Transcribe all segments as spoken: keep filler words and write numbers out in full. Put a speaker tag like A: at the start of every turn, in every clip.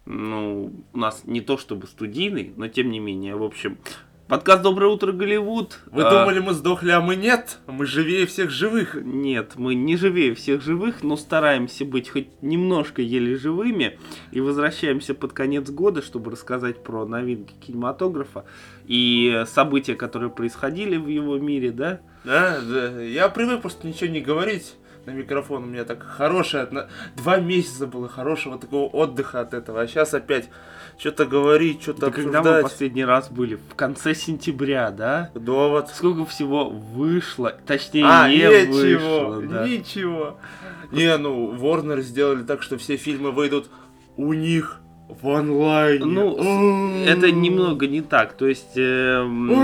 A: ну, у нас не то чтобы студийный, но тем не менее, в общем... Подкаст «Доброе утро, Голливуд».
B: Вы а... думали, мы сдохли, а мы нет? Мы живее всех живых.
A: Нет, мы не живее всех живых, но стараемся быть хоть немножко еле живыми. И возвращаемся под конец года, чтобы рассказать про новинки кинематографа и события, которые происходили в его мире, да?
B: Да, да. Я привык просто ничего не говорить на микрофон. У меня так хорошее... Два месяца было хорошего такого отдыха от этого. А сейчас опять... Что-то говорить, что-то обсуждать.
A: Когда мы последний раз были? В конце сентября, да?
B: Да вот.
A: Сколько всего вышло, точнее
B: а,
A: не
B: ничего,
A: вышло. Да.
B: Ничего. Не, ну, Warner сделали так, что все фильмы выйдут у них в онлайне.
A: Ну, О-о-о. Это немного не так. То есть, э,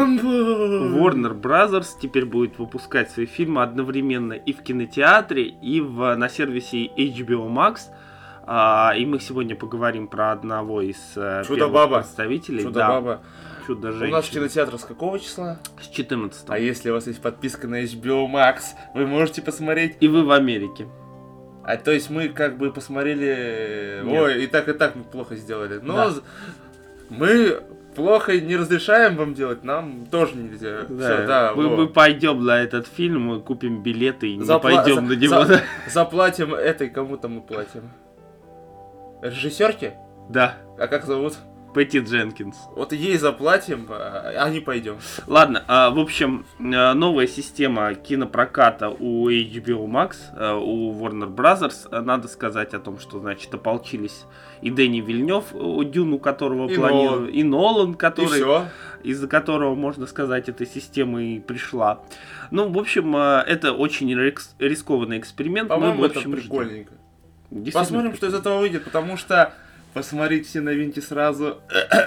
A: Warner Brothers теперь будет выпускать свои фильмы одновременно и в кинотеатре, и в, на сервисе эйч би о Max. А, и мы сегодня поговорим про одного из uh, первых представителей.
B: Чудо-баба.
A: Да. Чудо-женщина.
B: У нас кинотеатр с какого числа?
A: С четырнадцатого.
B: А если у вас есть подписка на эйч би о Max, вы можете посмотреть...
A: И вы в Америке.
B: А то есть мы как бы посмотрели... Нет. Ой, и так, и так мы плохо сделали. Но да. Мы... Плохо не разрешаем вам делать, нам тоже нельзя.
A: Да.
B: Всё, да,
A: мы, мы пойдем на этот фильм, мы купим билеты и Запла- не пойдем за- на него.
B: За- заплатим этой, кому-то мы платим. Режиссерки?
A: Да.
B: А как зовут?
A: Пэтти Дженкинс.
B: Вот ей заплатим, а не пойдем.
A: Ладно, а, в общем, новая система кинопроката у эйч би о Max, у Warner Brothers. Надо сказать о том, что, значит, ополчились и Дэнни Вильнёв, Дюну которого планирует, и Нолан, который,
B: и
A: из-за которого, можно сказать, эта система и пришла. Ну, в общем, это очень рискованный эксперимент.
B: По-моему,
A: Мы,
B: это
A: общем,
B: прикольненько. Посмотрим, что из этого выйдет, потому что посмотреть все новинки сразу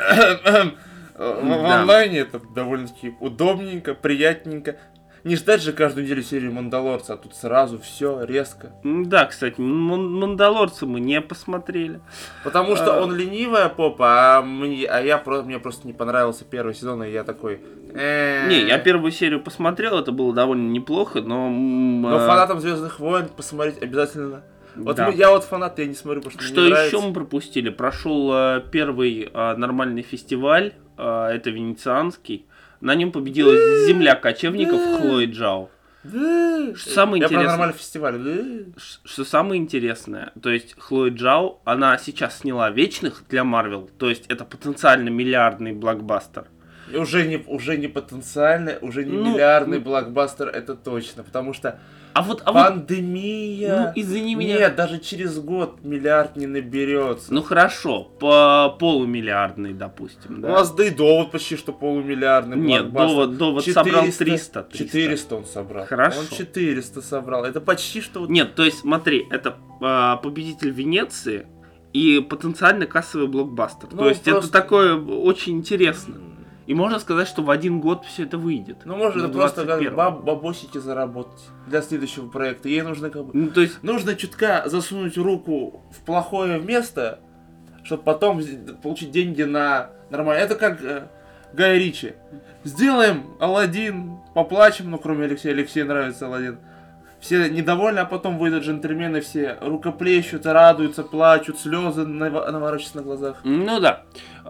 B: в онлайне это довольно-таки удобненько, приятненько. Не ждать же каждую неделю серию «Мандалорца», а тут сразу все резко.
A: Да, кстати, «Мандалорца» мы не посмотрели.
B: Потому что а... он ленивая попа, а, мне, а я, мне просто не понравился первый сезон, и я такой...
A: Не, я первую серию посмотрел, это было довольно неплохо, но...
B: Но фанатам «Звездных войн» посмотреть обязательно... Вот да. мы, я вот фанат, я не смотрю, потому что,
A: что
B: мне
A: еще
B: нравится.
A: Мы пропустили? Прошел э, первый э, нормальный фестиваль, э, это венецианский. На нем победила земля кочевников Хлоя Джао. Что самое
B: я
A: интересное,
B: про нормальный фестиваль.
A: Что самое интересное, то есть Хлоя Джао, она сейчас сняла «Вечных» для Марвел, то есть это потенциально миллиардный блокбастер.
B: Уже не, уже не потенциальный, уже не ну, миллиардный ну, блокбастер, это точно, потому что
A: а вот, а
B: пандемия...
A: Вот, ну, извини меня...
B: Нет, даже через год миллиард не наберется.
A: Ну хорошо, по полумиллиардный, допустим. Да?
B: У нас да и довод почти что полумиллиардный
A: Нет,
B: блокбастер.
A: довод, довод собрал триста, триста.
B: четыреста он собрал.
A: Хорошо.
B: Он четыреста собрал, это почти что...
A: Нет, то есть смотри, это э, победитель Венеции и потенциально кассовый блокбастер. Ну, то есть просто... это такое очень интересно. И можно сказать, что в один год все это выйдет.
B: Ну, можно просто как баб, бабосики заработать для следующего проекта. Ей нужно как бы...
A: Ну, то есть...
B: Нужно чутка засунуть руку в плохое место, чтобы потом получить деньги на нормально. Это как э, Гай Ричи. Сделаем Аладдин, поплачем, ну, кроме Алексея. Алексею нравится Аладдин. Все недовольны, а потом выйдут джентльмены, все рукоплещут, радуются, плачут, слезы наворачиваются на глазах.
A: Ну да.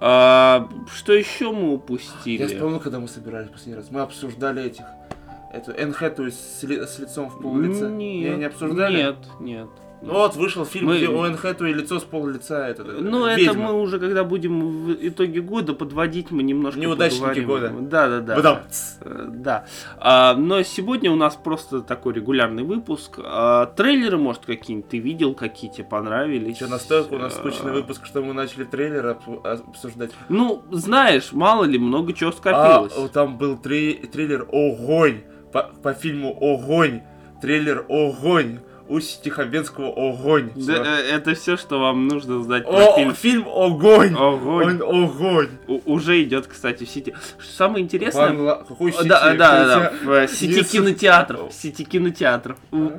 A: А, что еще мы упустили?
B: Я вспомнил, когда мы собирались последний раз. Мы обсуждали этих. Эту Энн Хэтэуэй с, ли, с лицом в пол лица.
A: Нет,
B: Я не обсуждали?
A: Нет, нет.
B: Ну вот, вышел фильм, мы... где у Энн Хэтэуэй лицо с пол лица. Это,
A: ну, это мы уже, когда будем в итоге года подводить, мы немножко
B: неудачники
A: поговорим.
B: года.
A: Да, да, да.
B: Потом...
A: Да. А, но сегодня у нас просто такой регулярный выпуск. А, трейлеры, может, какие-нибудь ты видел, какие тебе понравились?
B: Что, настолько у нас скучный выпуск, что мы начали трейлеры обсуждать?
A: Ну, знаешь, мало ли, много чего скопилось.
B: А, там был трей- трейлер «Огонь». По, по фильму «Огонь». Трейлер «Огонь». Усть Тихобенского «Огонь».
A: Да, это все, что вам нужно знать
B: про О, фильм. Фильм «Огонь».
A: Огонь.
B: Он огонь.
A: У- уже идет, кстати, в сети. Что самое интересное...
B: Англа... Какой сети?
A: Да, да, да, в сети кинотеатров. В сети кинотеатров.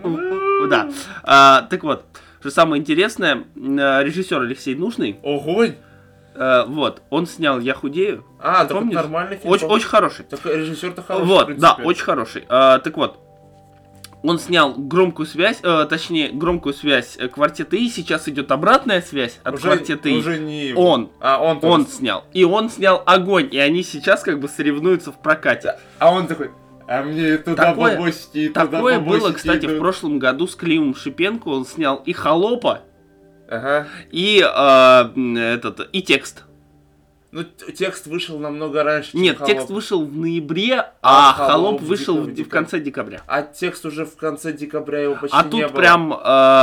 A: Да. А, так вот, что самое интересное, режиссер Алексей Нужный.
B: Огонь.
A: Uh, вот, он снял «Я худею».
B: А, так нормальный фильм.
A: Очень, очень хороший.
B: Так режиссер-то хороший,
A: вот, да, очень хороший. Uh, так вот, Он снял громкую связь, э, точнее, громкую связь э, Квартета И, сейчас идет обратная связь от
B: Уже,
A: Квартета И.
B: уже не его.
A: Он,
B: а, он,
A: он
B: тоже.
A: снял. И он снял Огонь, и они сейчас как бы соревнуются в прокате.
B: А он такой, а мне туда
A: Такое-
B: бабосики, туда
A: Такое было,
B: бабосики
A: кстати,
B: идут.
A: в прошлом году с Климом Шипенко. Он снял и Холопа,
B: Ага.
A: и э, этот, и Текст.
B: Ну, т- текст вышел намного раньше, чем
A: Нет,
B: Холоп.
A: Текст вышел в ноябре,
B: А
A: а
B: Холоп
A: Холоп
B: в
A: вышел в,
B: декабре.
A: в конце декабря.
B: А текст уже в конце декабря его почти
A: А
B: не
A: тут
B: было.
A: прям э,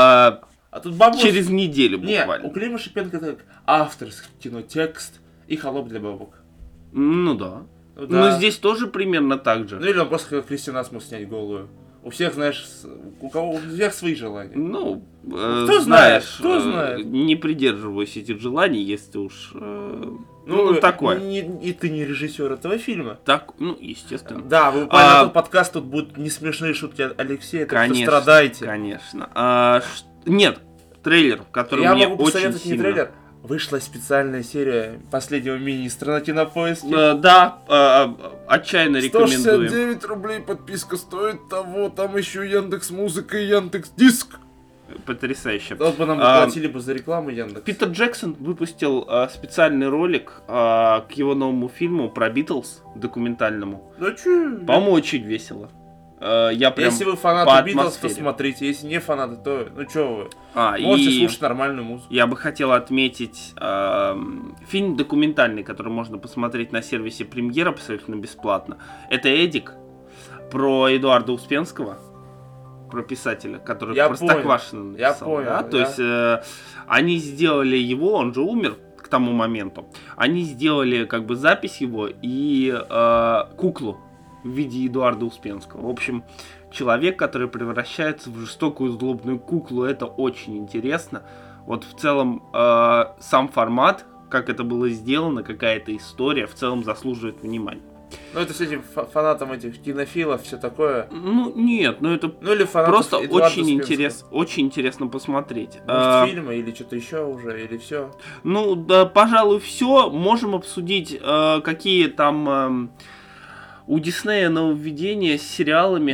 B: А тут бабос...
A: через неделю
B: Не,
A: буквально.
B: у Клима Шипенко это авторский кино, текст и Холоп для бабок.
A: Ну да.
B: Ну, да.
A: Но здесь тоже примерно так же.
B: Ну или он просто как Кристина смог снять голую. У всех, знаешь, с- у кого у всех свои желания.
A: Ну, э,
B: Кто знает,
A: знаешь,
B: кто
A: э,
B: знает.
A: не придерживаюсь этих желаний, если уж... э,
B: Ну,
A: ну, такое.
B: не- И ты не режиссер этого фильма.
A: Так, ну, естественно.
B: Да, вы поняли,
A: А-
B: тот подкаст тут будут не смешные шутки от Алексея, так что
A: Конечно,
B: страдаете.
A: конечно. А, ш- Нет, трейлер, который
B: Я
A: мне
B: могу
A: очень
B: посоветовать не
A: сильно...
B: трейлер. Вышла специальная серия последнего министра на Кинопоиске.
A: Э, Да, э, отчаянно рекомендуем.
B: сто шестьдесят девять рублей подписка стоит того, там еще Яндекс Музыка и Яндекс Диск.
A: Потрясающе.
B: Вот бы нам
A: А,
B: заплатили бы за рекламу Яндекс.
A: Питер Джексон выпустил э, специальный ролик э, к его новому фильму про Битлз, документальному.
B: Да чё?
A: По-моему, очень весело. Э, я прям
B: Если вы
A: по
B: фанаты Битлз, то
A: атмосфере.
B: смотрите. Если не фанаты, то ну чё вы.
A: А,
B: Можете
A: и
B: слушать нормальную музыку.
A: я бы хотел отметить эм, фильм документальный, который можно посмотреть на сервисе Премьера абсолютно бесплатно. Это «Эдик», про Эдуарда Успенского, про писателя, который
B: Я
A: Простоквашино
B: понял, я
A: написал.
B: понял,
A: да? То
B: я-
A: есть э, они сделали его, он же умер к тому моменту. Они сделали как бы запись его и э, куклу в виде Эдуарда Успенского. В общем, человек, который превращается в жестокую злобную куклу, это очень интересно. Вот в целом э, сам формат, как это было сделано, какая-то история, в целом заслуживает внимания.
B: Ну это с этим фа- фанатом этих кинофилов, все такое.
A: Ну нет, ну это
B: Ну или фанатов
A: просто
B: Эдуарда
A: очень
B: Успенского.
A: интерес, очень интересно посмотреть. А,
B: Мультфильмы или что-то еще уже, или все.
A: ну, да, пожалуй, все. Можем обсудить, э, какие там эм, у Диснея нововведения с сериалами.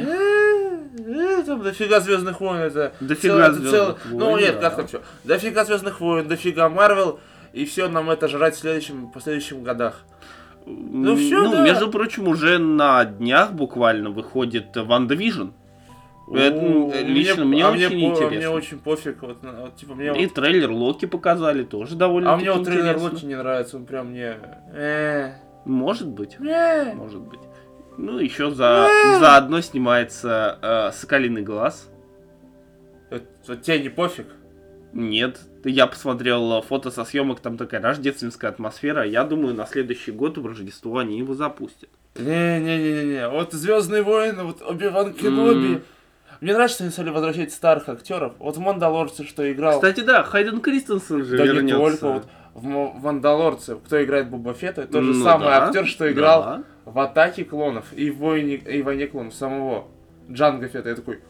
B: Там дофига Звездных войн, это
A: Дофига
B: целое- это
A: «Звездных
B: целое-
A: войн»,
B: Ну нет,
A: да.
B: как там все. Дофига Звездных войн, дофига Марвел, и все нам это жрать в следующем, в последующих годах.
A: Ну,
B: всё,
A: ну
B: да.
A: между прочим, уже на днях буквально выходит Ванда Вижн. Это,
B: У,
A: э, лично мне
B: а
A: очень
B: мне, по-
A: интересно.
B: Мне очень пофиг, вот, на- вот, типа мне
A: И
B: вот-
A: трейлер Локи показали, тоже довольно
B: а мне вот трейлер
A: интересно.
B: Локи не нравится, он прям мне. э,
A: Может быть.
B: э.
A: Может быть. Ну, еще за, заодно снимается э, «Соколиный глаз».
B: Вот, вот тебе не пофиг.
A: Нет, я посмотрел фото со съемок, там такая рождественская атмосфера. Я думаю, на следующий год в Рождество они его запустят.
B: Не-не-не-не. Вот Звездные войны, вот Оби-Ван Кеноби.
A: М.
B: Мне нравится, что они стали возвращать старых актеров. Вот в Мандалорце, что играл.
A: Кстати, да, Хайден Кристенсен же
B: Да не
A: вернется.
B: только, вот в Мо- в Мандалорце, кто играет Боба Фетта, тот же
A: Ну
B: самый
A: да,
B: актер, что играл
A: да.
B: в Атаке клонов и в Войне, и в Войне клонов самого Джанго Фетта. Я такой.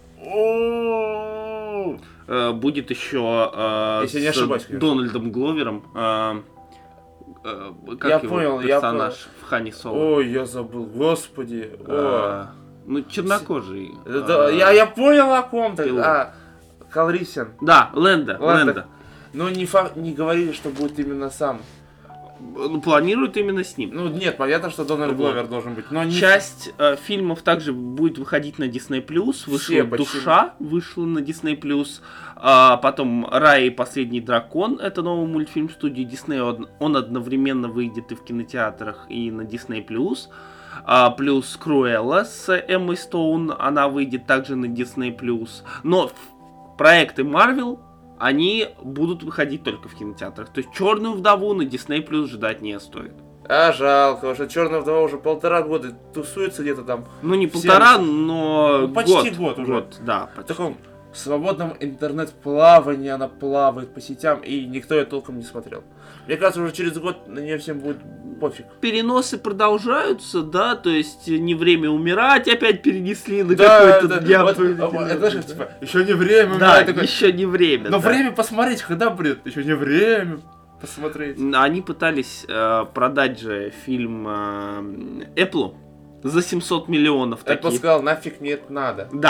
B: «О-о-о».
A: Э, Будет еще э,
B: Если я не
A: с
B: ошибаюсь, конечно.
A: Дональдом Гловером. э, э, как
B: Я
A: его
B: понял, я
A: персонаж в Хане Соло?
B: Ой, я забыл, господи. О.
A: Э, ну, чернокожий.
B: Да,
A: э,
B: я, я понял о ком-то.
A: пилот.
B: А, Калрисиан.
A: Да, Лэнда,
B: Лэнда.
A: Лэнда.
B: Но не, факт, не говорили, что будет именно сам.
A: Ну, планируют именно с ним.
B: Ну нет, понятно, что Дональд
A: Вот.
B: Гловер должен быть. Но не...
A: Часть э, фильмов также будет выходить на Disney+. Вышла
B: Все почти.
A: «Душа», вышла на Disney+. А потом «Рай и последний дракон». Это новый мультфильм студии Disney. Он, он одновременно выйдет и в кинотеатрах, и на Disney+. А, плюс «Круэлла» с Эммой Стоун. Она выйдет также на Disney+. Но проекты Marvel, они будут выходить только в кинотеатрах. То есть «Черную вдову» на Disney+ ждать не стоит.
B: А жалко, потому что Черная вдова уже полтора года тусуется где-то там.
A: Ну, не
B: Все-
A: полтора, но
B: Ну, почти
A: год.
B: год уже.
A: Да,
B: В
A: почти.
B: таком свободном интернет-плавании она плавает по сетям, и никто ее толком не смотрел. Мне кажется, уже через год на нее всем будет пофиг.
A: Переносы продолжаются, да, то есть не время умирать опять перенесли на
B: Да,
A: какой-то
B: это,
A: дня.
B: вот, а, это знаешь, типа, еще не время,
A: Да,
B: умирать, такой,
A: еще не время.
B: но
A: да.
B: время посмотреть, когда будет? Еще не время посмотреть.
A: Они пытались э, продать же фильм э, Apple за семьсот миллионов.
B: Я бы
A: Такие.
B: сказал, нафиг мне это надо.
A: Да.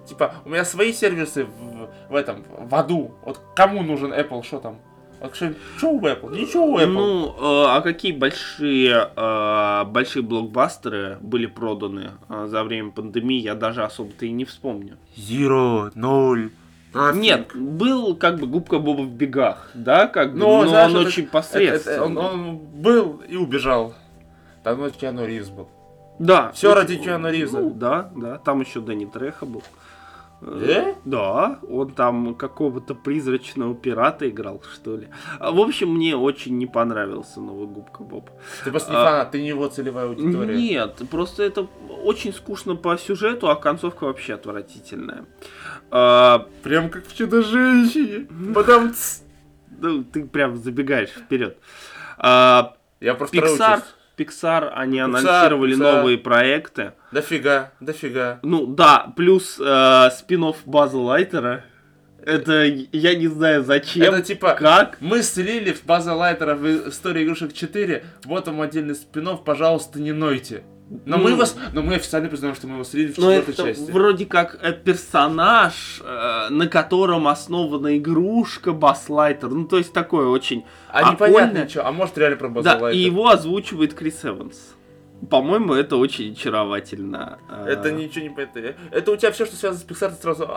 B: Типа, у меня свои сервисы в, в этом, в аду. Вот кому нужен Apple, что там? Вот что, что у Apple? Ничего у Apple.
A: Ну, э, а какие большие, э, большие блокбастеры были проданы э, за время пандемии, я даже особо-то и не вспомню.
B: Zero, ноль.
A: Нет, был как бы Губка Боба в бегах, да, как бы,
B: но,
A: но
B: знаешь,
A: он
B: это,
A: очень
B: это,
A: посредственный.
B: это, он, он был и убежал. Там ну, Киану Ривз был.
A: Да.
B: Все ради Киану Ривза.
A: Ну, да, да, там еще Дэнни Треха был.
B: Да?
A: Да, он там какого-то призрачного пирата играл, что ли. В общем, мне очень не понравился новый Губка Боб.
B: Ты просто не фанат, а, ты не его целевая аудитория.
A: Нет, просто это очень скучно по сюжету, а концовка вообще отвратительная. А,
B: прям как в Чудо-женщине. Потом...
A: Ну, ты прям забегаешь вперед. А,
B: Я просто
A: Pixar, Pixar, они
B: Pixar,
A: анонсировали
B: Pixar.
A: новые проекты.
B: Дофига, дофига.
A: Ну да, плюс э, спин-офф База Лайтера. Это я не знаю зачем,
B: это типа,
A: как.
B: Мы слили в База Лайтера в Истории игрушек четыре, вот вам отдельный спин-офф, пожалуйста, не нойте. Но, ну, мы вас, но мы официально признаем, что мы его слили в четвертой
A: это
B: части.
A: Вроде как э, персонаж, э, на котором основана игрушка Базз Лайтер. Ну, то есть такое очень
B: А непонятно ничего, а может реально про База
A: Да,
B: Лайтера.
A: и его озвучивает Крис Эванс. По-моему, это очень очаровательно.
B: Это ничего не понятно. Это у тебя все, что связано с Pixar, ты сразу...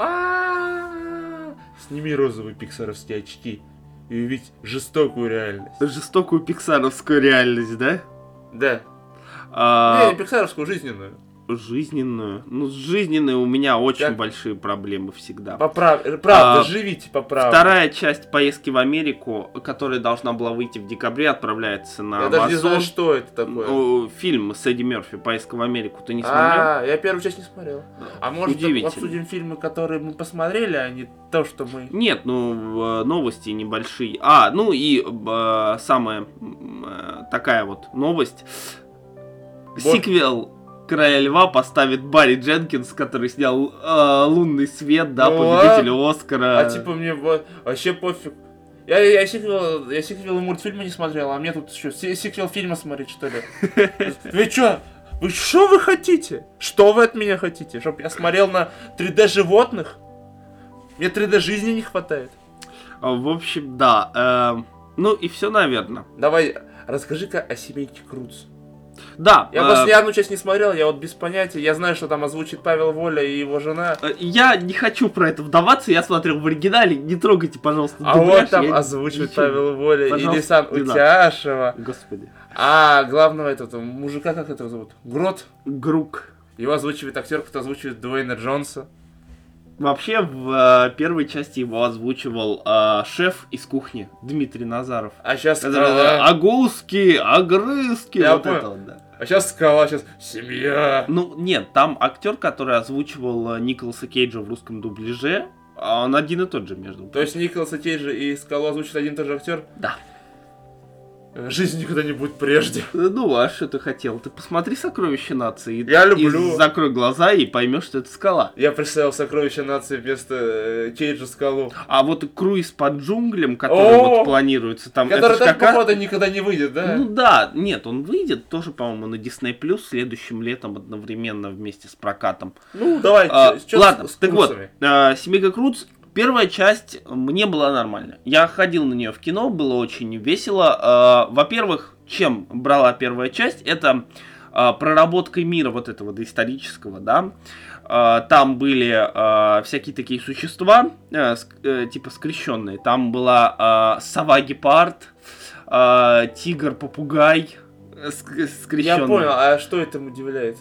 B: Сними розовые пиксаровские очки и увидеть жестокую реальность.
A: Жестокую пиксаровскую реальность, да?
B: Да.
A: А...
B: Не, не пиксаровскую, жизненную.
A: Жизненную. Ну, с жизненной у меня очень
B: как?
A: большие проблемы всегда.
B: Поправ... Правда,
A: а,
B: живите по правде.
A: Вторая часть поездки в Америку, которая должна была выйти в декабре, отправляется на
B: Я
A: Amazon.
B: даже не знаю, что это такое.
A: Ну, фильм с Эдди Мерфи «Поездка в Америку». Ты не смотрел?
B: А, я первую часть не смотрел. А может,
A: Удивительно.
B: обсудим фильмы, которые мы посмотрели, а не то, что мы...
A: Нет, ну, новости небольшие. А, ну и э, самая э, такая вот новость.
B: Вот.
A: Сиквел «Короля льва» поставит Барри Дженкинс, который снял э, «Лунный свет», да,
B: Ну,
A: победитель Оскара.
B: А типа мне вот, вообще пофиг. Я, я, сиквел, я сиквел и мультфильмы не смотрел, а мне тут еще сиквел фильма смотреть, что ли? Вы чё? Вы что вы хотите? Что вы от меня хотите? Чтоб я смотрел на три дэ животных? Мне три дэ жизни не хватает.
A: В общем, да. Э, ну и все, наверное.
B: Давай, расскажи-ка о семейке Крудс.
A: Да.
B: Я
A: э,
B: просто ни одну часть не смотрел, я вот без понятия. Я знаю, что там озвучит Павел Воля и его жена.
A: Я не хочу про это вдаваться, я смотрел в оригинале, не трогайте, пожалуйста,
B: А
A: дубляж,
B: вот там
A: я
B: озвучивает
A: ничего-
B: Павел Воля и
A: Пожалуйста,
B: Лисан
A: не надо.
B: Утяшева.
A: Господи.
B: А главного этого мужика, как это зовут? Грот.
A: Грук.
B: Его озвучивает актер, кто озвучивает Дуэйна Джонса.
A: Вообще, в э, первой части его озвучивал э, шеф из кухни Дмитрий Назаров.
B: А сейчас
A: Это,
B: скала.
A: Огузки, огрызки,
B: Я
A: вот
B: понял.
A: это вот, да.
B: А сейчас скала, сейчас семья.
A: Ну, нет, там актер, который озвучивал э, Николаса Кейджа в русском дубляже, а он один и тот же, между прочим.
B: То есть Николаса Кейджа и скалу озвучит один и тот же актер?
A: Да.
B: Жизнь никогда не будет прежде.
A: Ну, а что ты хотел? Ты посмотри «Сокровища нации».
B: Я
A: и
B: люблю.
A: закрой глаза и поймешь, что это скала.
B: Я представил сокровища нации вместо э, Кейджа скалу.
A: А вот круиз по джунглям, который
B: О!
A: вот планируется, там
B: Который
A: это ж
B: так,
A: как раз-
B: походу, никогда не выйдет, да?
A: Ну да, нет, он выйдет тоже, по-моему, на Disney Plus следующим летом одновременно вместе с прокатом.
B: Ну, давай,
A: А,
B: чё- чё
A: ладно,
B: с- с
A: так вот,
B: курсами?
A: а, «Семейка Крудс», первая часть мне была нормальная. Я ходил на нее в кино, было очень весело. А, во-первых, чем брала первая часть, это а, проработкой мира вот этого доисторического, да. А, там были а, всякие такие существа, а, ск- э, типа скрещенные. Там была а, сова-гепард, а, тигр-попугай э, ск- скрещенный.
B: Я понял, а что это удивляет?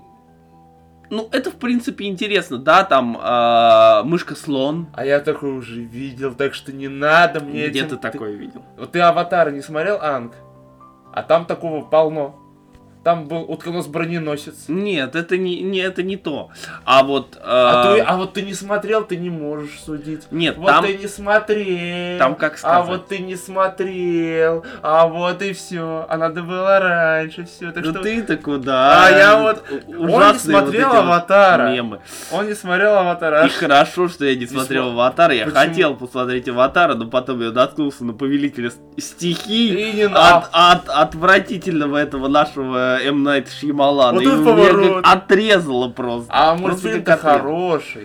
A: Ну, это, в принципе, интересно, да, там э, мышка-слон.
B: А я такой уже видел, так что не надо мне
A: Где
B: этим...
A: ты такое видел?
B: Вот ты «Аватара» не смотрел, Анг? А там такого полно. Там был утконос-броненосец.
A: Нет, это не, не, это не то. А вот... э,
B: А, ты, а вот ты не смотрел, ты не можешь судить.
A: Нет,
B: Вот
A: там...
B: ты не смотрел.
A: там как
B: А
A: сказать?
B: вот ты не смотрел. А вот и все. А надо было раньше все. Так
A: Ну
B: что...
A: ты-то куда?
B: А я вот... Он не
A: Ужасные вот
B: смотрел
A: эти вот
B: «Аватара».
A: мемы.
B: Он не смотрел «Аватара».
A: И хорошо, что я не смотрел
B: смо-
A: «Аватар». Я
B: Почему?
A: хотел посмотреть «Аватара», но потом я наткнулся на «Повелителя с- стихий».
B: И не
A: От,
B: надо.
A: от отвратительного этого нашего М. Найта Шьямалана.
B: Вот
A: И
B: это
A: меня
B: поворот.
A: как отрезало просто.
B: А
A: Просто
B: мультфильм-то
A: как отрезало.
B: хороший.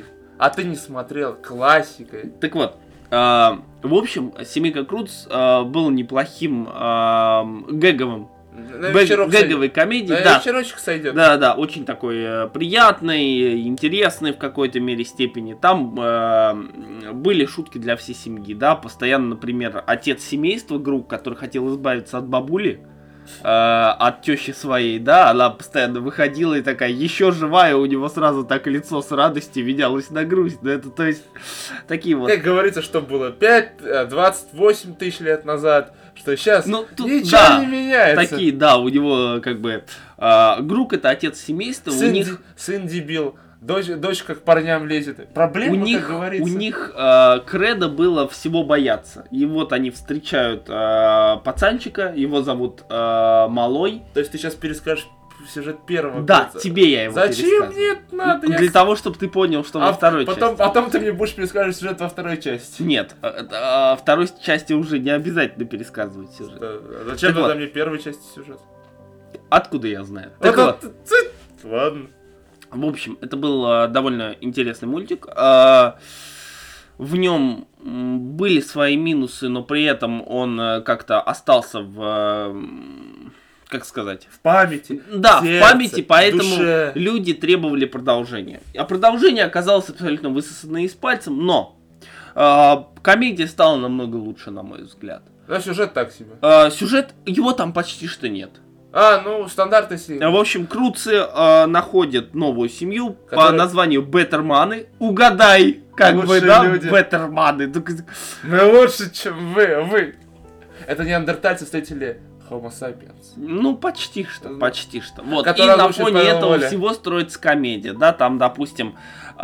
B: А ты не смотрел, классика.
A: Так вот, э, в общем, «Семейка Крудс» э, был неплохим э, гэговым,
B: На
A: бэг-
B: вечерок
A: гэговой
B: сойдет.
A: комедией.
B: На
A: Да,
B: вечерочек сойдет.
A: да, да, очень такой э, приятный, интересный в какой-то мере степени. Там э, были шутки для всей семьи, да, постоянно, например, отец семейства, Грук, который хотел избавиться от бабули, э, от тещи своей, да, она постоянно выходила и такая, еще живая, у него сразу так лицо с радостью менялось на грусть, ну это, то есть, такие вот.
B: Как говорится, что было пять, двадцать восемь тысяч лет назад, что сейчас
A: Ну, тут,
B: ничего
A: да,
B: не меняется.
A: такие, да, у него как бы, э, Грук это отец семейства,
B: Сын,
A: у них...
B: ди- сын дебил, дочь, дочка к парням лезет. Проблема,
A: У них,
B: как говорится.
A: у них э, кредо было всего бояться. И вот они встречают э, пацанчика, его зовут э, Малой.
B: То есть ты сейчас перескажешь сюжет первого.
A: Да,
B: кажется.
A: тебе я его
B: Зачем
A: пересказываю.
B: мне это надо?
A: Для
B: Я...
A: того, чтобы ты понял, что
B: а
A: во второй
B: потом,
A: части.
B: потом ты мне будешь пересказывать сюжет во второй части.
A: Нет, э, э, второй части уже не обязательно пересказывать сюжет.
B: Да, зачем
A: Так
B: тогда
A: вот.
B: мне первой части сюжет?
A: Откуда я знаю? Так
B: Вот
A: вот,
B: это- Ладно.
A: в общем, это был э, довольно интересный мультик. Э, в нем м, были свои минусы, но при этом он э, как-то остался в... э, м, как сказать?
B: В памяти.
A: Да,
B: сердце,
A: в памяти, поэтому
B: душе.
A: люди требовали продолжения. А продолжение оказалось абсолютно высосанное из пальца, но э, комедия стала намного лучше, на мой взгляд.
B: Да, сюжет так себе.
A: Э, сюжет, его там почти что нет.
B: А, ну, стандартный стиль.
A: В общем, Крудсы э, находят новую семью по
B: Которая-
A: названию Беттерманы. Угадай, как
B: Лучшие
A: бы, да,
B: люди.
A: Беттерманы.
B: Мы лучше, чем вы, вы. Это неандертальцы встретили Homo sapiens.
A: Ну, почти что, почти что. Вот, и
B: Которая
A: на
B: звучит
A: фоне
B: Павел
A: этого
B: Воля.
A: всего строится комедия, да, там, допустим,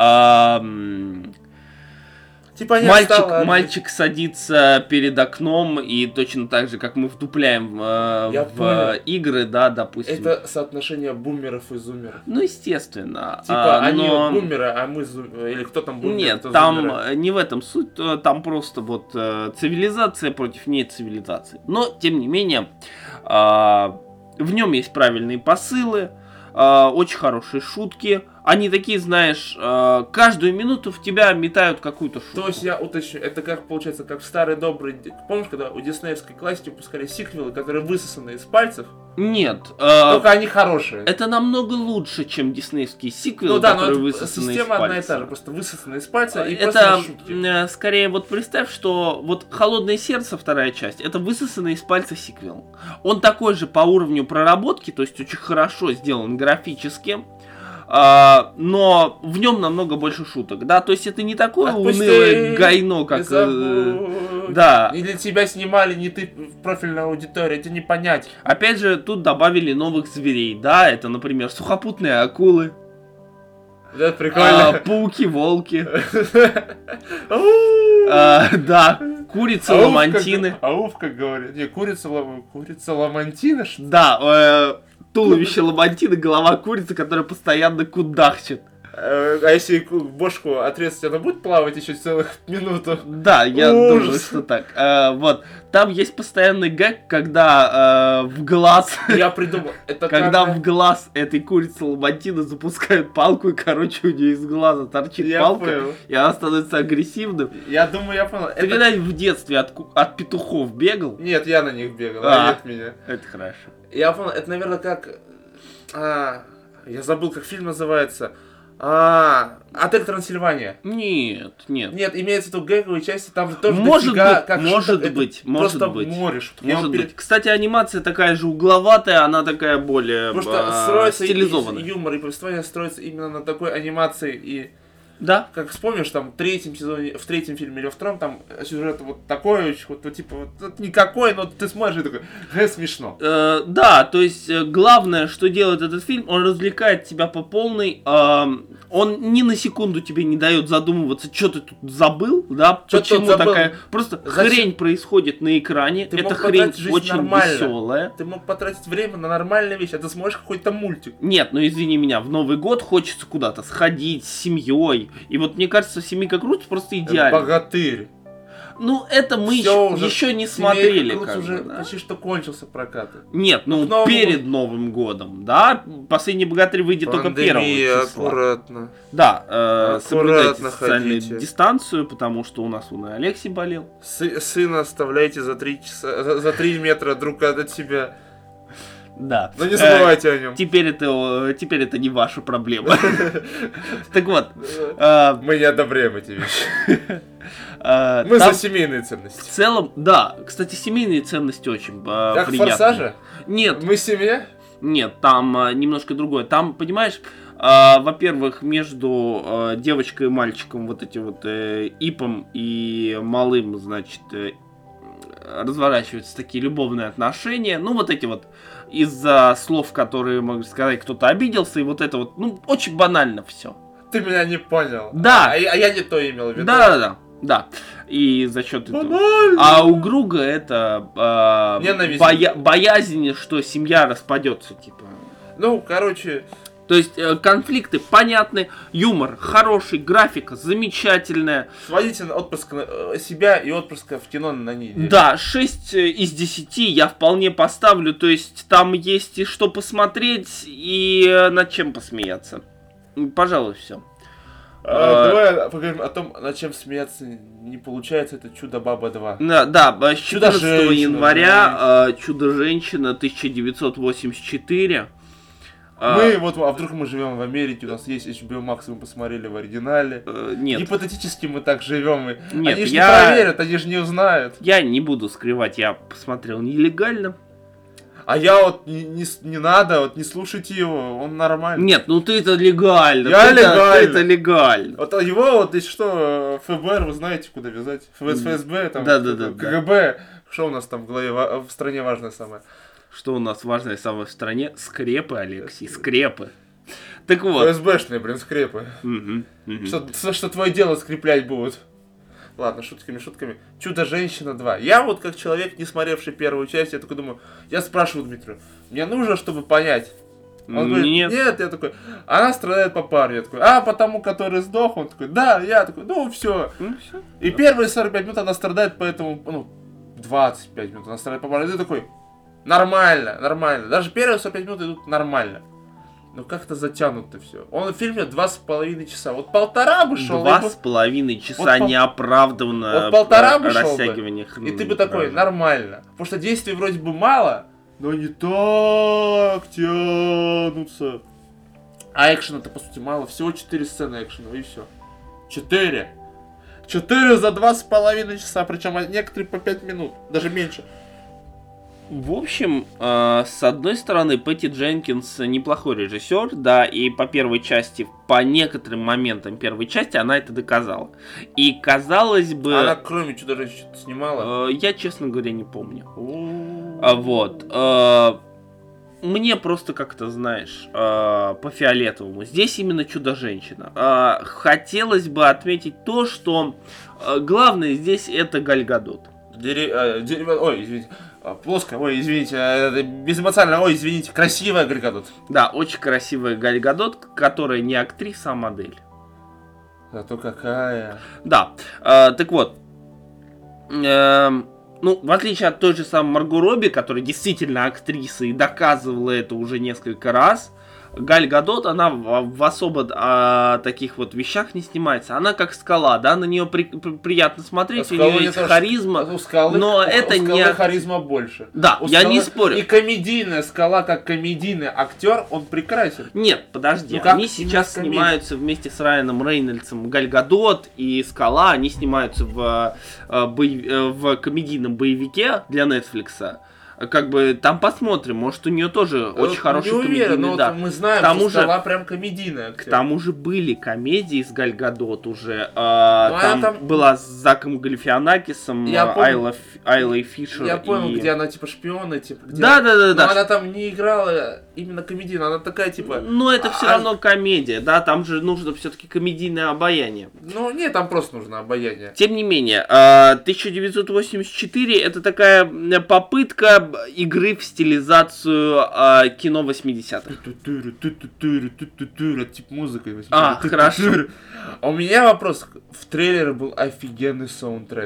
A: эм,
B: Типа они
A: мальчик,
B: отсталые.
A: мальчик садится перед окном, и точно так же, как мы вдупляем э,
B: Я
A: в
B: понял.
A: э, игры, да, допустим.
B: Это соотношение бумеров и зумеров.
A: Ну, естественно.
B: Типа
A: а,
B: они
A: но-
B: вот бумеры, а мы зумеры. Или кто там бумер,
A: Нет,
B: кто
A: там
B: зумеры.
A: э, не в этом суть, э, там просто вот э, цивилизация против нецивилизации. Но, тем не менее, э, в нем есть правильные посылы, э, очень хорошие шутки. Они такие, знаешь, э, каждую минуту в тебя метают какую-то шутку.
B: То есть я уточню, это как получается, как в старый добрый... ди- Помнишь, когда у диснеевской классики выпускали сиквелы, которые высосаны из пальцев?
A: Нет, э,
B: Только они хорошие.
A: это намного лучше, чем диснеевские сиквелы,
B: Ну да, но
A: которые
B: это
A: высосаны из
B: система одна и
A: пальца.
B: та же, просто высосаны из пальца и
A: Это
B: просто шутки.
A: э, скорее вот представь, что вот «Холодное сердце» вторая часть, это высосанный из пальца сиквел. Он такой же по уровню проработки, то есть очень хорошо сделан графически, а, но в нем намного больше шуток, да, то есть это не такое
B: Отпусти,
A: унылое гайно,
B: не
A: как... э,
B: забудь.
A: да.
B: Не для тебя снимали, не ты в профильной аудитории, это не понять.
A: Опять же, тут добавили новых зверей, да, это, например, сухопутные акулы,
B: Да,
A: а,
B: прикольно.
A: пауки-волки,
B: Ау.
A: а, да, курицы,
B: Ауф,
A: ламантины.
B: как- Ауф, как говорят. Не, курица, лам- курица ламантина, что ли?
A: Да, э, туловище ламантины, голова курицы, которая постоянно кудахчет.
B: Э, А если ку- бошку отрезать, она будет плавать еще целых минуту?
A: Да, я
B: Ужас.
A: думаю, что так. Э, вот, там есть постоянный гэг, когда э, в глаз,
B: Я придумал. Это
A: когда
B: как-
A: в глаз этой курицы ламантины запускают палку, и, короче, у нее из глаза торчит
B: Я
A: палка,
B: понял.
A: и она становится агрессивным.
B: Я думаю, я понял.
A: Ты
B: Это-
A: когда-нибудь в детстве от, ку- от петухов бегал?
B: Нет, я на них бегал,
A: А.
B: а нет меня.
A: Это хорошо.
B: Я понял, это, наверное, как... А, я забыл, как фильм называется. А, Отель Трансильвания.
A: Нет, нет.
B: Нет, имеется в виду гэговые части, там тоже
A: Может
B: дофига,
A: быть,
B: как
A: может
B: шуток, это
A: быть, может
B: просто
A: быть.
B: море шуток. Я
A: Может
B: вот перед-
A: быть. Кстати, анимация такая же угловатая, она такая более
B: Потому что
A: а,
B: строится и- и-
A: стилизованная.
B: юмор и повествование строится именно на такой анимации. И
A: Да.
B: как вспомнишь, там в третьем сезоне, в третьем фильме или во втором, там сюжет вот такой, очень, вот, вот, типа, вот, вот никакой, но ты смотришь и такой, э, смешно.
A: Э, да, то есть э, главное, что делает этот фильм, он развлекает тебя по полной. эм, он ни на секунду тебе не дает задумываться, что ты тут забыл, да?
B: Чё ты
A: Почему
B: тут забыл?
A: такая просто
B: Зачем?
A: хрень происходит на экране?
B: Ты
A: Эта
B: мог
A: хрень
B: потратить жизнь
A: очень
B: нормально.
A: веселая.
B: Ты мог потратить время на нормальные вещи, а ты смотришь какой-то мультик.
A: Нет, ну извини меня, в Новый год хочется куда-то сходить с семьей. И вот мне кажется, «Семейка Крудс» просто идеально.
B: Богатырь.
A: Ну, это мы
B: Всё
A: еще,
B: уже,
A: еще не
B: «Семейка
A: смотрели.
B: Крудс»
A: Как
B: уже
A: бы, да?
B: почти что кончился прокат.
A: Нет, ну,
B: К Новому
A: перед
B: году.
A: Новым годом, да? «Последний богатырь» выйдет только первого
B: Пандемия,
A: числа.
B: аккуратно.
A: Да, э, соблюдайте
B: Аккуратно
A: социальную
B: ходите.
A: дистанцию, потому что у нас он и Алексей болел.
B: Сы- сына оставляйте за три часа, за, за три метра друг от себя.
A: Да.
B: Но не
A: Э,
B: забывайте о нем.
A: Теперь это, э, теперь это не ваша проблема. Так вот. э,
B: Мы не одобряем эти вещи.
A: э,
B: Мы
A: там
B: за семейные
A: В
B: ценности.
A: целом, да. Кстати, семейные ценности очень э,
B: Как в
A: приятные.
B: «Форсаже»?
A: Нет,
B: Мы семья?
A: нет, там э, немножко другое. Там, понимаешь, э, во-первых, между э, девочкой и мальчиком, вот этим вот э, Ипом и малым, значит, э, разворачиваются такие любовные отношения. Ну, вот эти вот из-за слов, которые, могу сказать, кто-то обиделся, и вот это вот, ну, очень банально все.
B: Ты меня не понял.
A: Да.
B: А, я- а я не то имел в виду.
A: Да, да, да, да. И за счет этого.
B: Банально.
A: А у Груга это э,
B: Ненависть.
A: боя- боязнь, что семья распадется, типа.
B: Ну, короче,
A: То есть э, конфликты понятны, юмор хороший, графика замечательная.
B: сводите на отпуск на- э, себя и отпуска в кино на неделю.
A: Да, шесть из десяти я вполне поставлю, то есть там есть и что посмотреть, и э, над чем посмеяться. М, Пожалуй, все.
B: А,
A: А,
B: давай поговорим о том, над чем смеяться не получается. Это «Чудо-баба два».
A: Да, да, э, с четырнадцатого
B: Чудо-женщина,
A: января э, «Чудо-женщина» тысяча девятьсот восемьдесят четыре. А,
B: Мы, вот, а вдруг мы живем в Америке, у нас есть эйч би о Max, мы посмотрели в оригинале.
A: э, нет,
B: Гипотетически мы так живем. И
A: Нет,
B: они же
A: я-
B: не проверят, они же не узнают.
A: я не буду скрывать, я посмотрел нелегально.
B: А я вот не, не, с- не надо, вот не слушайте его, он нормальный.
A: Нет, ну ты это легально.
B: Я
A: ты это-
B: легально.
A: ты это легально.
B: Вот его вот, если что, эф бэ эр, вы знаете, куда вязать. эф эс бэ, там,
A: Да-да-да,
B: ка гэ бэ. Что у нас там в голове, ва- в стране важное самое?
A: Что у нас важное самое в стране? Скрепы, Алексей, скрепы. Так вот.
B: эф эс бэ-шные, блин, скрепы.
A: Мгм, мгм.
B: Что, что, что твое дело скреплять будут. Ладно, шутками, шутками. «Чудо-женщина два». Я вот как человек, не смотревший первую часть, я такой думаю, я спрашиваю Дмитрия, мне нужно, чтобы понять. Он говорит,
A: Нет.
B: нет, я такой, она страдает по парню. Я такой, а, потому который сдох? Он такой, да, я такой, ну все.
A: Ну, всё.
B: И первые сорок пять минут она страдает, поэтому, ну, двадцать пять минут она страдает по парню. И ты такой, нормально, нормально. Даже первые сорок пять минут идут нормально. Но как-то затянуто все. Он в фильме два с половиной часа. Вот полтора бы шел.
A: Два
B: и бы-
A: с половиной часа
B: Вот пол-
A: неоправданно
B: вот полтора
A: э,
B: бы шел бы,
A: растягивание
B: И ты бы такой,
A: хронометража.
B: нормально. Потому что действий вроде бы мало, но не так тянутся. А экшена-то, по сути, мало. Всего четыре сцены экшена, и все. Четыре. Четыре за два с половиной часа. Причем некоторые по пять минут. Даже меньше.
A: В общем, э, с одной стороны, Пэтти Дженкинс неплохой режиссер, да, и по первой части, по некоторым моментам первой части она это доказала. И казалось бы,
B: Она кроме «Чудо-женщины» что-то снимала.
A: э, я, честно говоря, не помню.
B: О.
A: А вот. э, Мне просто как-то, знаешь, э, по фиолетовому. Здесь именно Чудо-женщина. Э, Хотелось бы отметить то, что э, главное здесь это Галь Гадот.
B: Дере- а, дерево- Ой, извините. А, Плоская, ой, извините, а, это безэмоционально, ой, извините, красивая Галь.
A: Да, очень красивая Галь Гадот, которая не актриса, а модель.
B: Зато какая.
A: Да, э, так вот. Эм, ну, в отличие от той же самой Марго Робби, которая действительно актриса и доказывала это уже несколько раз, Галь Гадот, она в, в особо а, таких вот вещах не снимается. Она как скала, да, на нее при- при- приятно смотреть,
B: А
A: у
B: Скалы
A: нее
B: не
A: есть
B: то, что-
A: харизма.
B: У скалы,
A: но
B: у-
A: это
B: у скалы
A: не-
B: харизма больше.
A: Да,
B: У
A: я не
B: Скалы-
A: спорю.
B: И комедийная скала, как комедийный актер, он прекрасен.
A: Нет, подожди,
B: Ну, как
A: они
B: именно
A: сейчас
B: комедия?
A: снимаются вместе с Райаном Рейнольдсом, Галь Гадот и Скала, они снимаются в, э, боев- э, в комедийном боевике для Netflix. Как бы там посмотрим, может у нее тоже очень
B: Вот
A: хороший
B: не уверен,
A: комедийный,
B: но
A: да.
B: вот мы знаем,
A: К тому
B: что
A: же-
B: скала прям комедийная.
A: К тому же были комедии с Галь Гадот уже. а,
B: Ну, она
A: там,
B: там-
A: была с Заком Галифианакисом,
B: Я
A: а,
B: помню.
A: Айла, Ф- Айлой Фишер.
B: Я понял,
A: и-
B: где она типа шпиона, типа. Где...
A: Да, да, да,
B: Но
A: да.
B: она там не играла именно комедийно, она такая типа.
A: Но это все
B: А-
A: равно комедия, да, там же нужно все-таки комедийное обаяние.
B: Ну, нет, там просто нужно обаяние.
A: Тем не менее, э, тысяча девятьсот восемьдесят четыре это такая м, попытка б- игры в стилизацию э, кино восьмидесятых.
B: Ту-ту-туру, ту-ту-туру, ту-ту-туру, это типа музыка.
A: А,
B: Ту-ту-туру.
A: хорошо.
B: А у меня вопрос. В трейлере был офигенный саундтрек.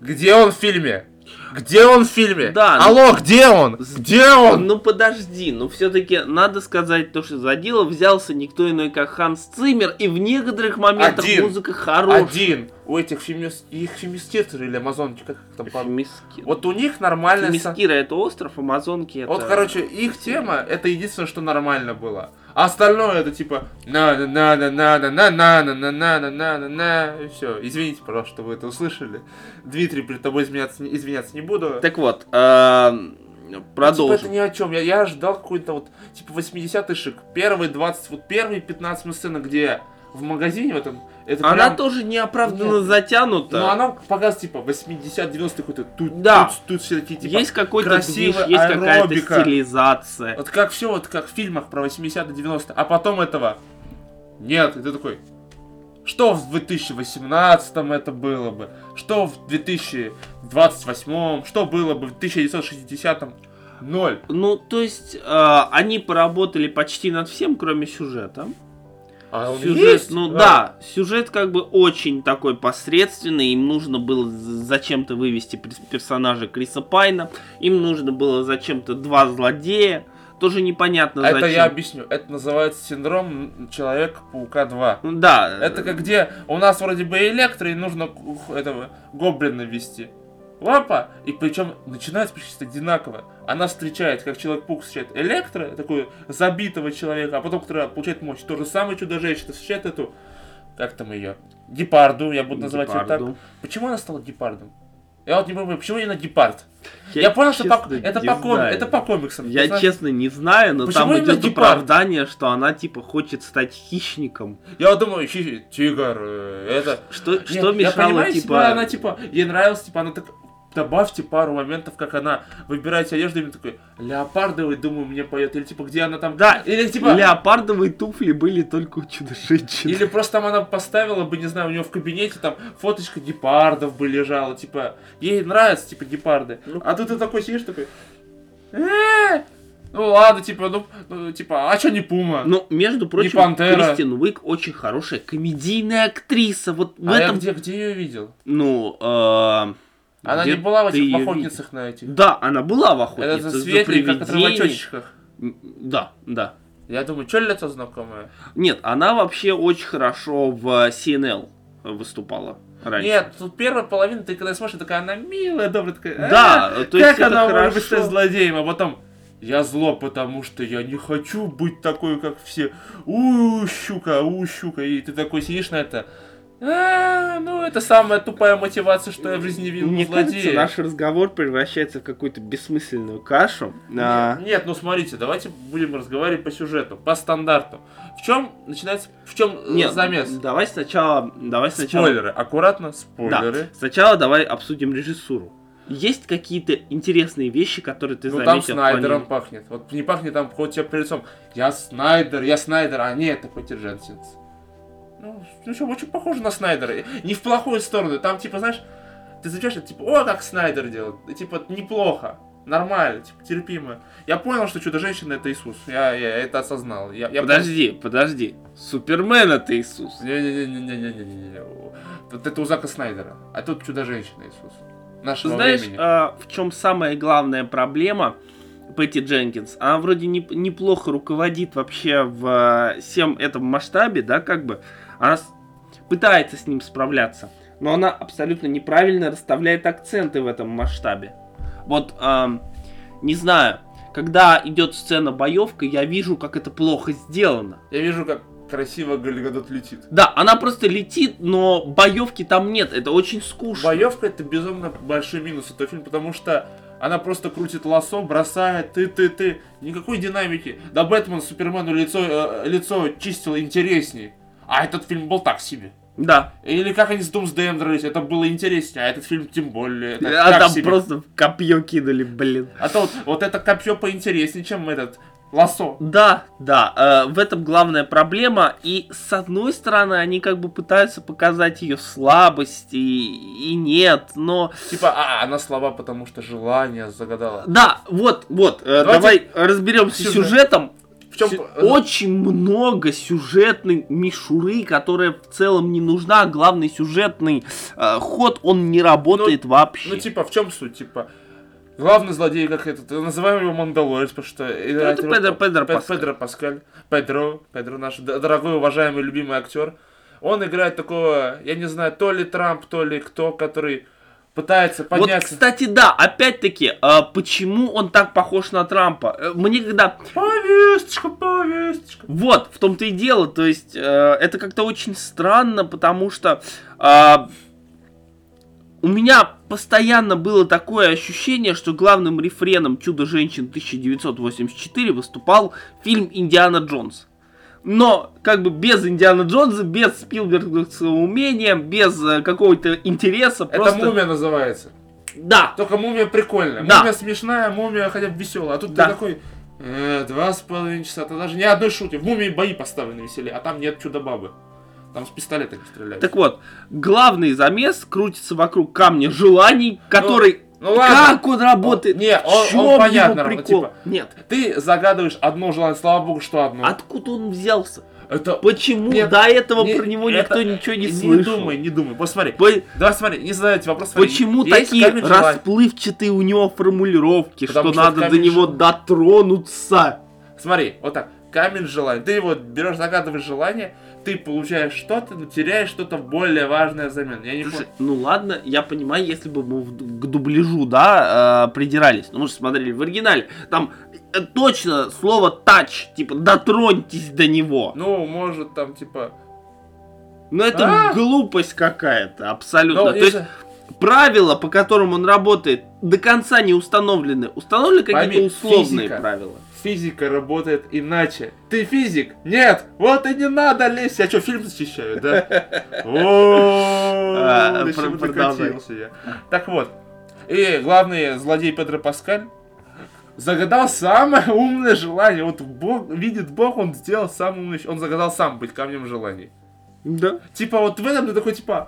B: Где он в фильме? Где он в фильме?
A: Да.
B: Алло, где он? Где он?
A: Ну подожди, ну все-таки надо сказать то, что за дело взялся никто иной, как Ханс Циммер, и в некоторых моментах
B: Один.
A: музыка хорошая.
B: Один. У этих фемис... их фемистиры или амазонки, как их там по...
A: Фемискир.
B: Вот у них нормально...
A: Фемискира это остров, Амазонки это...
B: Вот, короче, их тема, это единственное, что нормально было. А остальное это типа на на на на на на на на на на на на на на на и все. Извините, пожалуйста, что вы это услышали. Дмитрий, перед тобой извиняться, извиняться не буду.
A: Так вот, э, продолжим.
B: Типа это ни о чем. Я, я ждал какой-то вот типа восьмидесятый шик. Первые двадцать, вот первые пятнадцать сцены, где в магазине в этом. Это
A: Она
B: прям...
A: тоже неоправданно
B: Нет.
A: затянута.
B: Но она показывает типа восьмидесятый-девяностый какой-то тут,
A: Да.
B: тут, тут все такие типа.
A: Есть какой-то движ,
B: красивая
A: есть какая-то
B: аэробика.
A: стилизация.
B: Вот как все, вот как в фильмах про восьмидесятые-девяностые. А потом этого нет, и ты такой. Что в две тысячи восемнадцатом это было бы? Что в две тысячи двадцать восьмом? Что было бы в тысяча девятьсот шестидесятом? Ноль.
A: Ну, то есть, э, они поработали почти над всем, кроме сюжета.
B: А он
A: Сюжет,
B: есть?
A: ну
B: Да.
A: да, сюжет как бы очень такой посредственный, им нужно было з- зачем-то вывести перс- персонажа Криса Пайна, им нужно было зачем-то два злодея, тоже непонятно
B: Это
A: зачем.
B: я объясню. Это называется синдром Человека-паука два.
A: Ну да.
B: Это как где у нас вроде бы электро, и нужно ку- этого гоблина ввести. Лапа, и причем начинается почти одинаково. Она встречает, как Человек-паук встречает электро, такой забитого человека, а потом, который получает мощь. То же самое Чудо-женщина встречает эту, как там ее, гепарду, я буду называть ее так.
A: Гепарду.
B: Почему она стала гепардом? Я вот не понимаю, почему именно гепард? Я,
A: Я
B: понял, что по-
A: честно
B: это,
A: не
B: по ком...
A: знаю.
B: это по комиксам.
A: Я
B: Ты знаешь,
A: честно не знаю, но
B: Почему
A: там
B: именно
A: идет
B: гепард?
A: оправдание, что она типа хочет стать хищником.
B: Я вот думаю, хи- тигр, э, это...
A: Что,
B: Не,
A: что
B: я
A: мешало
B: понимаю,
A: типа...
B: себя, она типа, ей нравилось, типа, она так, добавьте пару моментов, как она выбирает себе одежду, и такой, леопардовый, думаю, мне поет, или типа, где она там,
A: Да,
B: или типа,
A: леопардовые туфли были только у Чудо-женщины.
B: или просто там она поставила бы, не знаю, у нее в кабинете там фоточка гепардов бы лежала, типа, ей нравятся, типа, гепарды,
A: Ну.
B: а тут ты такой сидишь, такой, э ну ладно, типа, ну, ну, типа, а чё не Пума?
A: Ну, между прочим,
B: Пантера.
A: Кристин Уик очень хорошая комедийная актриса. Вот в
B: а я
A: этом...
B: где, где ее видел?
A: Ну, э,
B: Она
A: где
B: не была в
A: ты
B: этих
A: её
B: охотницах на этих.
A: видел? Да, она была в
B: Это
A: охотнице
B: за
A: за
B: светлый, как
A: привидениями.
B: в очечках.
A: М, Да, да.
B: Я думаю, что лицо знакомое?
A: Нет, она вообще очень хорошо в Си Эн Эл выступала раньше.
B: Нет, тут первая половина, ты когда смотришь, такая она милая, добрая, такая.
A: Да,
B: «А,
A: то есть
B: как
A: это
B: она может
A: хорошо.
B: быть стать злодеем, а потом я зло, потому что я не хочу быть такой, как все. У, щука, у, щука. И ты такой сидишь на это. А, ну, это самая тупая мотивация, что я в жизни видел
A: Мне
B: у злодея.
A: кажется, наш разговор превращается в какую-то бессмысленную кашу. А,
B: Нет, нет, ну смотрите, давайте будем разговаривать по сюжету, по стандарту. В чем начинается, в чем
A: Нет,
B: замес?
A: давай сначала, давай сначала.
B: Спойлеры, аккуратно,
A: Да.
B: спойлеры.
A: Сначала давай обсудим режиссуру. Есть какие-то интересные вещи, которые ты
B: Ну там
A: заметил? в плане-
B: Снайдером пахнет. Вот не пахнет там хоть тебе при лицом. Я Снайдер, я Снайдер, а нет, это Петер Дженкинс. Ну, ну что, очень похоже на Снайдера. Не в плохую сторону. Там, типа, знаешь, ты замечаешь, это, типа, о, как Снайдер делает. И, типа, неплохо. Нормально, типа, терпимо. Я понял, что Чудо-женщина это Иисус. Я, я это осознал. Я, я
A: Подожди, подожди. Супермен это Иисус.
B: Не-не-не-не-не-не-не. Вот это у Зака Снайдера. А тут Чудо-женщина Иисус. Нашего
A: Знаешь,
B: времени.
A: а, в чем самая главная проблема Пэтти Дженкинс? Она вроде не- неплохо руководит вообще в а, всем этом масштабе, да, как бы. Она с- пытается с ним справляться. Но она абсолютно неправильно расставляет акценты в этом масштабе. Вот, ам, не знаю, когда идет сцена боевка, я вижу, как это плохо сделано.
B: Я вижу, как красиво Галь Гадот летит.
A: Да, она просто летит, но боевки там нет, это очень скучно.
B: Боевка это безумно большой минус этого фильма, потому что она просто крутит лассо, бросает, ты-ты-ты, никакой динамики. Да Бэтмен Супермену лицо, э, лицо чистил интересней, а этот фильм был так себе.
A: Да.
B: Или как они с Думсдэем дрались, это было интереснее, а этот фильм тем более. это
A: А
B: так
A: там
B: себе.
A: просто копье кидали, блин.
B: А то вот, вот это копье поинтереснее, чем этот лассо.
A: Да, да, э, в этом главная проблема. И с одной стороны, они как бы пытаются показать ее слабость, и, и нет, но...
B: Типа, а, она слаба, потому что желание загадала.
A: Да, вот, вот, э,
B: Давайте
A: давай разберемся с
B: сюжет.
A: сюжетом.
B: В чем...
A: Очень много сюжетной мишуры, которая в целом не нужна. Главный сюжетный э, ход, он не работает
B: ну,
A: вообще.
B: Ну, типа, в чем суть? Типа, главный злодей, как этот, называем его Мандалорец, потому что...
A: Ну, это Педро, Педро,
B: Педро,
A: Паскаль.
B: Педро Паскаль. Педро, Педро, наш дорогой, уважаемый, любимый актер. Он играет такого, я не знаю, то ли Трамп, то ли кто, который пытается подняться...
A: Вот, кстати, да, опять-таки, а почему он так похож на Трампа? Э, Мне когда...
B: Повесточка, повесточка.
A: Вот, в том-то и дело, то есть, э, это как-то очень странно, потому что... э, У меня постоянно было такое ощущение, что главным рефреном «Чудо-женщин» тысяча девятьсот восемьдесят четыре выступал фильм «Индиана Джонс». Но, как бы, без Индиана Джонса, без спилберговского умения, без э, какого-то интереса,
B: Это
A: просто...
B: мумия называется.
A: Да,
B: Только мумия прикольная.
A: Да.
B: Мумия смешная, мумия хотя бы веселая. А тут
A: Да.
B: ты такой, э, два с половиной часа, ты даже ни одной шутки. В мумии бои поставлены веселее, а там нет чудо-бабы. Там с пистолетами стреляют.
A: так вот, главный замес крутится вокруг камня желаний, который...
B: ну ладно.
A: Как он работает?
B: Он- не, он-
A: В чём
B: он понятно,
A: его
B: равно,
A: прикол?
B: типа,
A: Нет.
B: Ты загадываешь одно желание, слава богу, что одно.
A: Откуда он взялся?
B: Это...
A: Почему
B: Нет,
A: до этого
B: не-
A: про него
B: это-
A: никто ничего не
B: Не
A: слышал?
B: думай, не думай. Посмотри.
A: По-
B: Давай смотри, не задайте вопрос. Смотри.
A: Почему
B: Есть
A: такие
B: камень желаний.
A: расплывчатые у него формулировки,
B: Потому
A: что
B: что
A: надо до
B: камень
A: него
B: желаний.
A: дотронуться?
B: Смотри, вот так. Камень желаний. Ты его берешь, загадываешь желание, ты получаешь что-то, но теряешь что-то более важное взамен. Я не
A: Слушай,
B: понял.
A: ну ладно, я понимаю, если бы мы в- к дубляжу, да, э, придирались. Ну, мы же смотрели в оригинале. Там э, точно слово touch, типа дотроньтесь до него.
B: Ну, может, там, типа...
A: Но это
B: А!
A: глупость какая-то, абсолютно.
B: Ну,
A: То
B: если-
A: есть правила, по которым он работает, до конца не установлены. Установлены какие-то
B: Пойми,
A: условные
B: физика.
A: правила.
B: Физика работает иначе. Ты физик? Нет! Вот и не надо лезть. Я что, фильм защищаю, да?
A: А,
B: О, до чего
A: про- продолжай.
B: докатился я. Так вот. И главный злодей Педро Паскаль загадал самое умное желание. Вот Бог, видит Бог, он сделал самое умное. Он загадал сам быть камнем желаний.
A: Да.
B: Типа вот в этом ты такой, типа...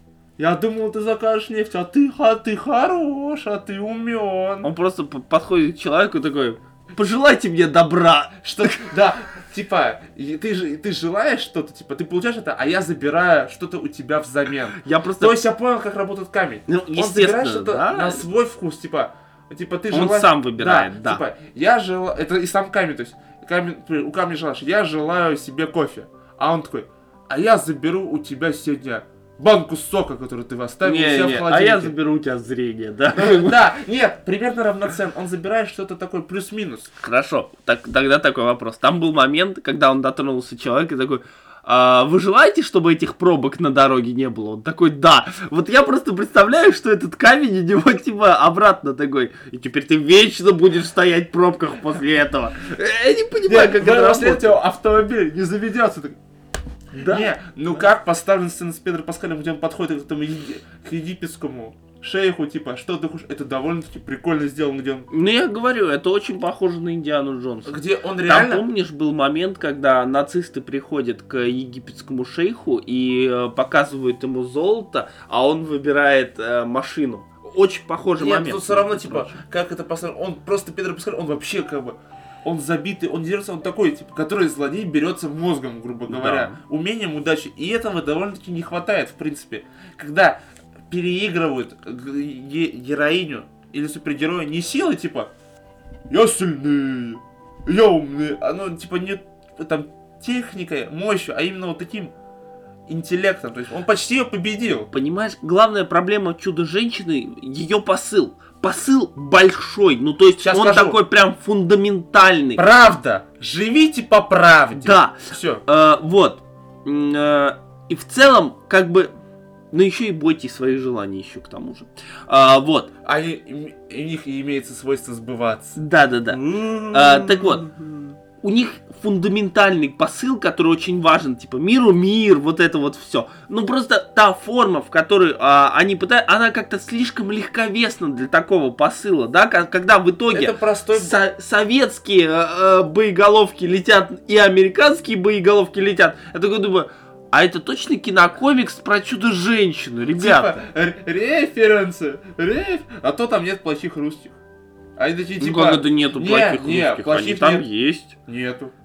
B: Я думал, ты закажешь нефть, а ты, а ты хорош, а ты умен.
A: Он просто п- подходит к человеку и такой: пожелайте мне добра.
B: Что, да, типа, и ты же ты желаешь что-то, типа, ты получаешь это, а я забираю что-то у тебя взамен.
A: Я просто...
B: То есть я понял, как работает камень.
A: Ну,
B: Он
A: естественно,
B: забирает что-то
A: да.
B: на свой вкус, типа, типа ты
A: Он
B: желаешь...
A: сам выбирает, да.
B: Типа, я желаю... Это и сам камень, то есть, камень, у камня желаешь, я желаю себе кофе. А он такой, а я заберу у тебя сегодня банку сока, которую ты оставил у
A: Не,
B: себя
A: не,
B: в
A: а
B: холодильнике.
A: я заберу у тебя зрение, да?
B: Да, нет, примерно равноценно. Он забирает что-то такое плюс-минус.
A: Хорошо, так, тогда такой вопрос. Там был момент, когда он дотронулся человека и такой: а, вы желаете, чтобы этих пробок на дороге не было? Он такой: да. Вот я просто представляю, что этот камень у него типа обратно такой: и теперь ты вечно будешь стоять в пробках после этого. Я не понимаю, как это
B: после
A: работает.
B: этого автомобиль не заведется. Так...
A: Да.
B: Не, ну как поставлена сцена с Педро Паскалем, где он подходит к этому еги- к египетскому шейху, типа, что ты хочешь? Это довольно-таки прикольно сделано, где он...
A: Ну я говорю, это очень похоже на Индиану Джонса.
B: Где он
A: Там,
B: реально...
A: помнишь, был момент, когда нацисты приходят к египетскому шейху и э, показывают ему золото, а он выбирает э, машину. Очень похожий
B: Нет,
A: момент.
B: тут все равно,
A: между
B: типа,
A: прочим.
B: как это поставлено... Он просто, Педро Паскаль, он вообще как бы... Он забитый, он дерется, он такой, типа, который злодей берется мозгом, грубо говоря,
A: Да.
B: умением, удачей. И этого довольно-таки не хватает, в принципе. Когда переигрывают г- е- героиню или супергероя не силой, типа, я сильнее, я умный, оно, типа, не там техникой, мощью, а именно вот таким интеллектом. То есть он почти ее победил.
A: Понимаешь, главная проблема Чудо-женщины — ее посыл. Посыл большой, ну то есть
B: Щас
A: он
B: скажу.
A: такой прям фундаментальный.
B: Правда! Живите по правде!
A: Да.
B: Все.
A: Э, вот. М, э, и в целом, как бы, ну еще и бойтесь своих желаний еще к тому же. А, вот.
B: Они, им- у них и имеется свойство сбываться.
A: Да-да-да. А, так вот. У них фундаментальный посыл, который очень важен, типа миру мир, вот это вот все. Ну просто та форма, в которой а, они пытаются, она как-то слишком легковесна для такого посыла, да, К- когда в итоге
B: Это простой...
A: со- советские э, э, боеголовки летят и американские боеголовки летят. Я такой думаю, а это точно кинокомикс про Чудо-женщину, ребята?
B: Типа, р- референсы, реф... А то там нет плохих русских. А это
A: Ну
B: типа...
A: как это нету
B: Не,
A: плохих
B: не,
A: русских?
B: плохих
A: Они там
B: нет.
A: есть.
B: Нету.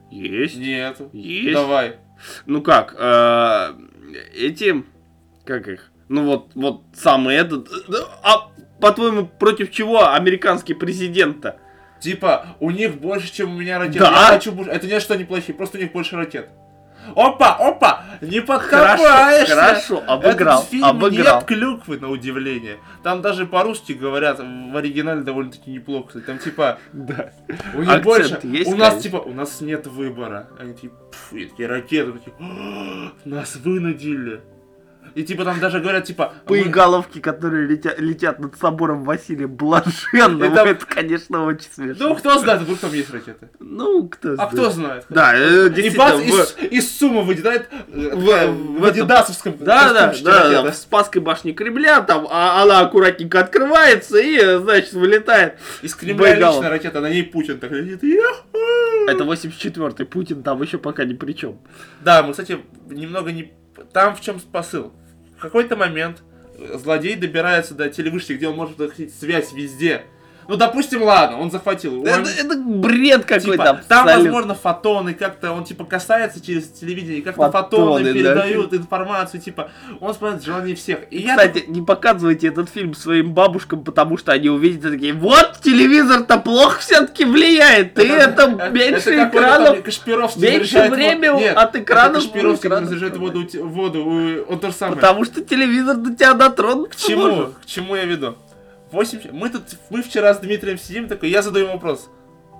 A: Есть.
B: Нету.
A: Есть.
B: Давай.
A: Ну как, э, эти, как их, ну вот, вот самый этот, а по-твоему, против чего американский президент-то?
B: Типа, у них больше, чем у меня ракет.
A: Да?
B: Я хочу больше. Это не что они плохие, просто у них больше ракет. Опа, опа, не подкопаешься.
A: Хорошо, обыграл,
B: Этот фильм
A: обыграл.
B: нет клюквы, на удивление. Там даже по-русски говорят, в оригинале довольно-таки неплохо. Кстати. Там типа,
A: Да.
B: у них
A: Акцент
B: больше,
A: есть,
B: у нас
A: конечно.
B: типа, у нас нет выбора. Они типа, пф, и такие ракеты, такие, «О, нас вынудили. И типа там даже говорят, типа... мы-
A: Боеголовки, которые летят, летят над собором Василия Блаженного,
B: Это-
A: это, конечно, очень смешно.
B: Ну, кто знает, вдруг там есть ракеты.
A: Ну, кто
B: А
A: знает.
B: кто знает?
A: Да, э,
B: И
A: действительно,
B: бац,
A: в-
B: из, из суммы вылетает э,
A: в-
B: такая
A: в
B: в
A: этом-
B: адидасовском
A: Да, да,
B: костюмчике
A: да, да,
B: ракета.
A: в Спасской башне Кремля, там а, она аккуратненько открывается и, значит, вылетает.
B: Из Кремля
A: Боеголовка.
B: личная ракета, на ней Путин так летит. Яху!
A: Это восемьдесят четвёртый, Путин там еще пока ни при чем.
B: Да, мы, кстати, немного не... Там в чем посыл? В какой-то момент злодей добирается до телевышки, где он может захватить связь везде. Ну, допустим, ладно, он захватил.
A: Это,
B: Он-
A: это бред какой-то.
B: Типа, там,
A: абсолютно.
B: возможно, фотоны как-то, он, типа, касается через телевидение, и как-то
A: Фотоны,
B: фотоны,
A: да.
B: передают информацию, типа, он исполняет желание всех. И я
A: Кстати, не показывайте этот фильм своим бабушкам, потому что они увидят и такие, вот, телевизор-то плохо все-таки влияет, и это, меньше
B: это какой-то
A: экранов,
B: там Кашпировский
A: меньше
B: заряжает
A: время
B: воду. Нет,
A: от экранов.
B: это Кашпировский
A: экрана.
B: заряжает воду, у те- воду, у- он то же самое.
A: Потому что телевизор до тебя дотронуться
B: К чему?
A: может.
B: К чему я веду? восемь... Мы тут, мы вчера с Дмитрием сидим, такой, я задаю ему вопрос.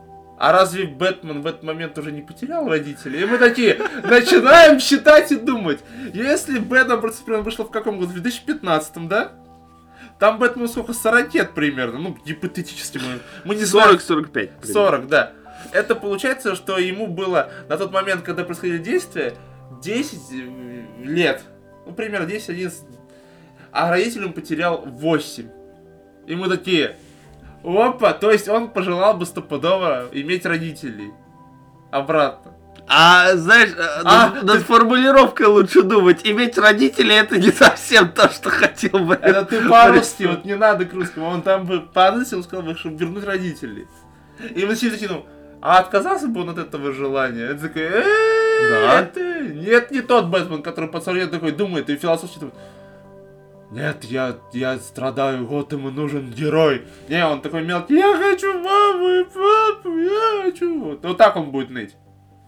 B: А разве Бэтмен в этот момент уже не потерял родителей? И мы такие, начинаем считать и думать. Если Бэтмен против Супермена вышло в каком году? В две тысячи пятнадцатом, да? Там Бэтмену сколько? сорок лет примерно. Ну, гипотетически мы, мы не знаем.
A: сорок-сорок пять.
B: сорок, да. Это получается, что ему было на тот момент, когда происходили действия, десять э, лет. Ну, примерно десять-одиннадцать. А родителей он потерял восемь. И мы такие, опа, то есть он пожелал бы стопудово иметь родителей. Обратно.
A: А, знаешь, э,
B: А,
A: над, над формулировкой лучше думать. Иметь родителей это не совсем то, что хотел бы.
B: Это ты по-русски, вот не надо к русскому. Он там бы по-русски он сказал бы, чтобы вернуть родителей. И мы все такие, ну, а отказался бы он от этого желания? Это такой, «Э,
A: Да.
B: это- нет, не тот Бэтмен, который под сорок лет такой думает и философски думает. Нет, я, я страдаю, вот ему нужен герой. Не, он такой мелкий, я хочу маму и папу, я хочу. Вот, вот так он будет ныть.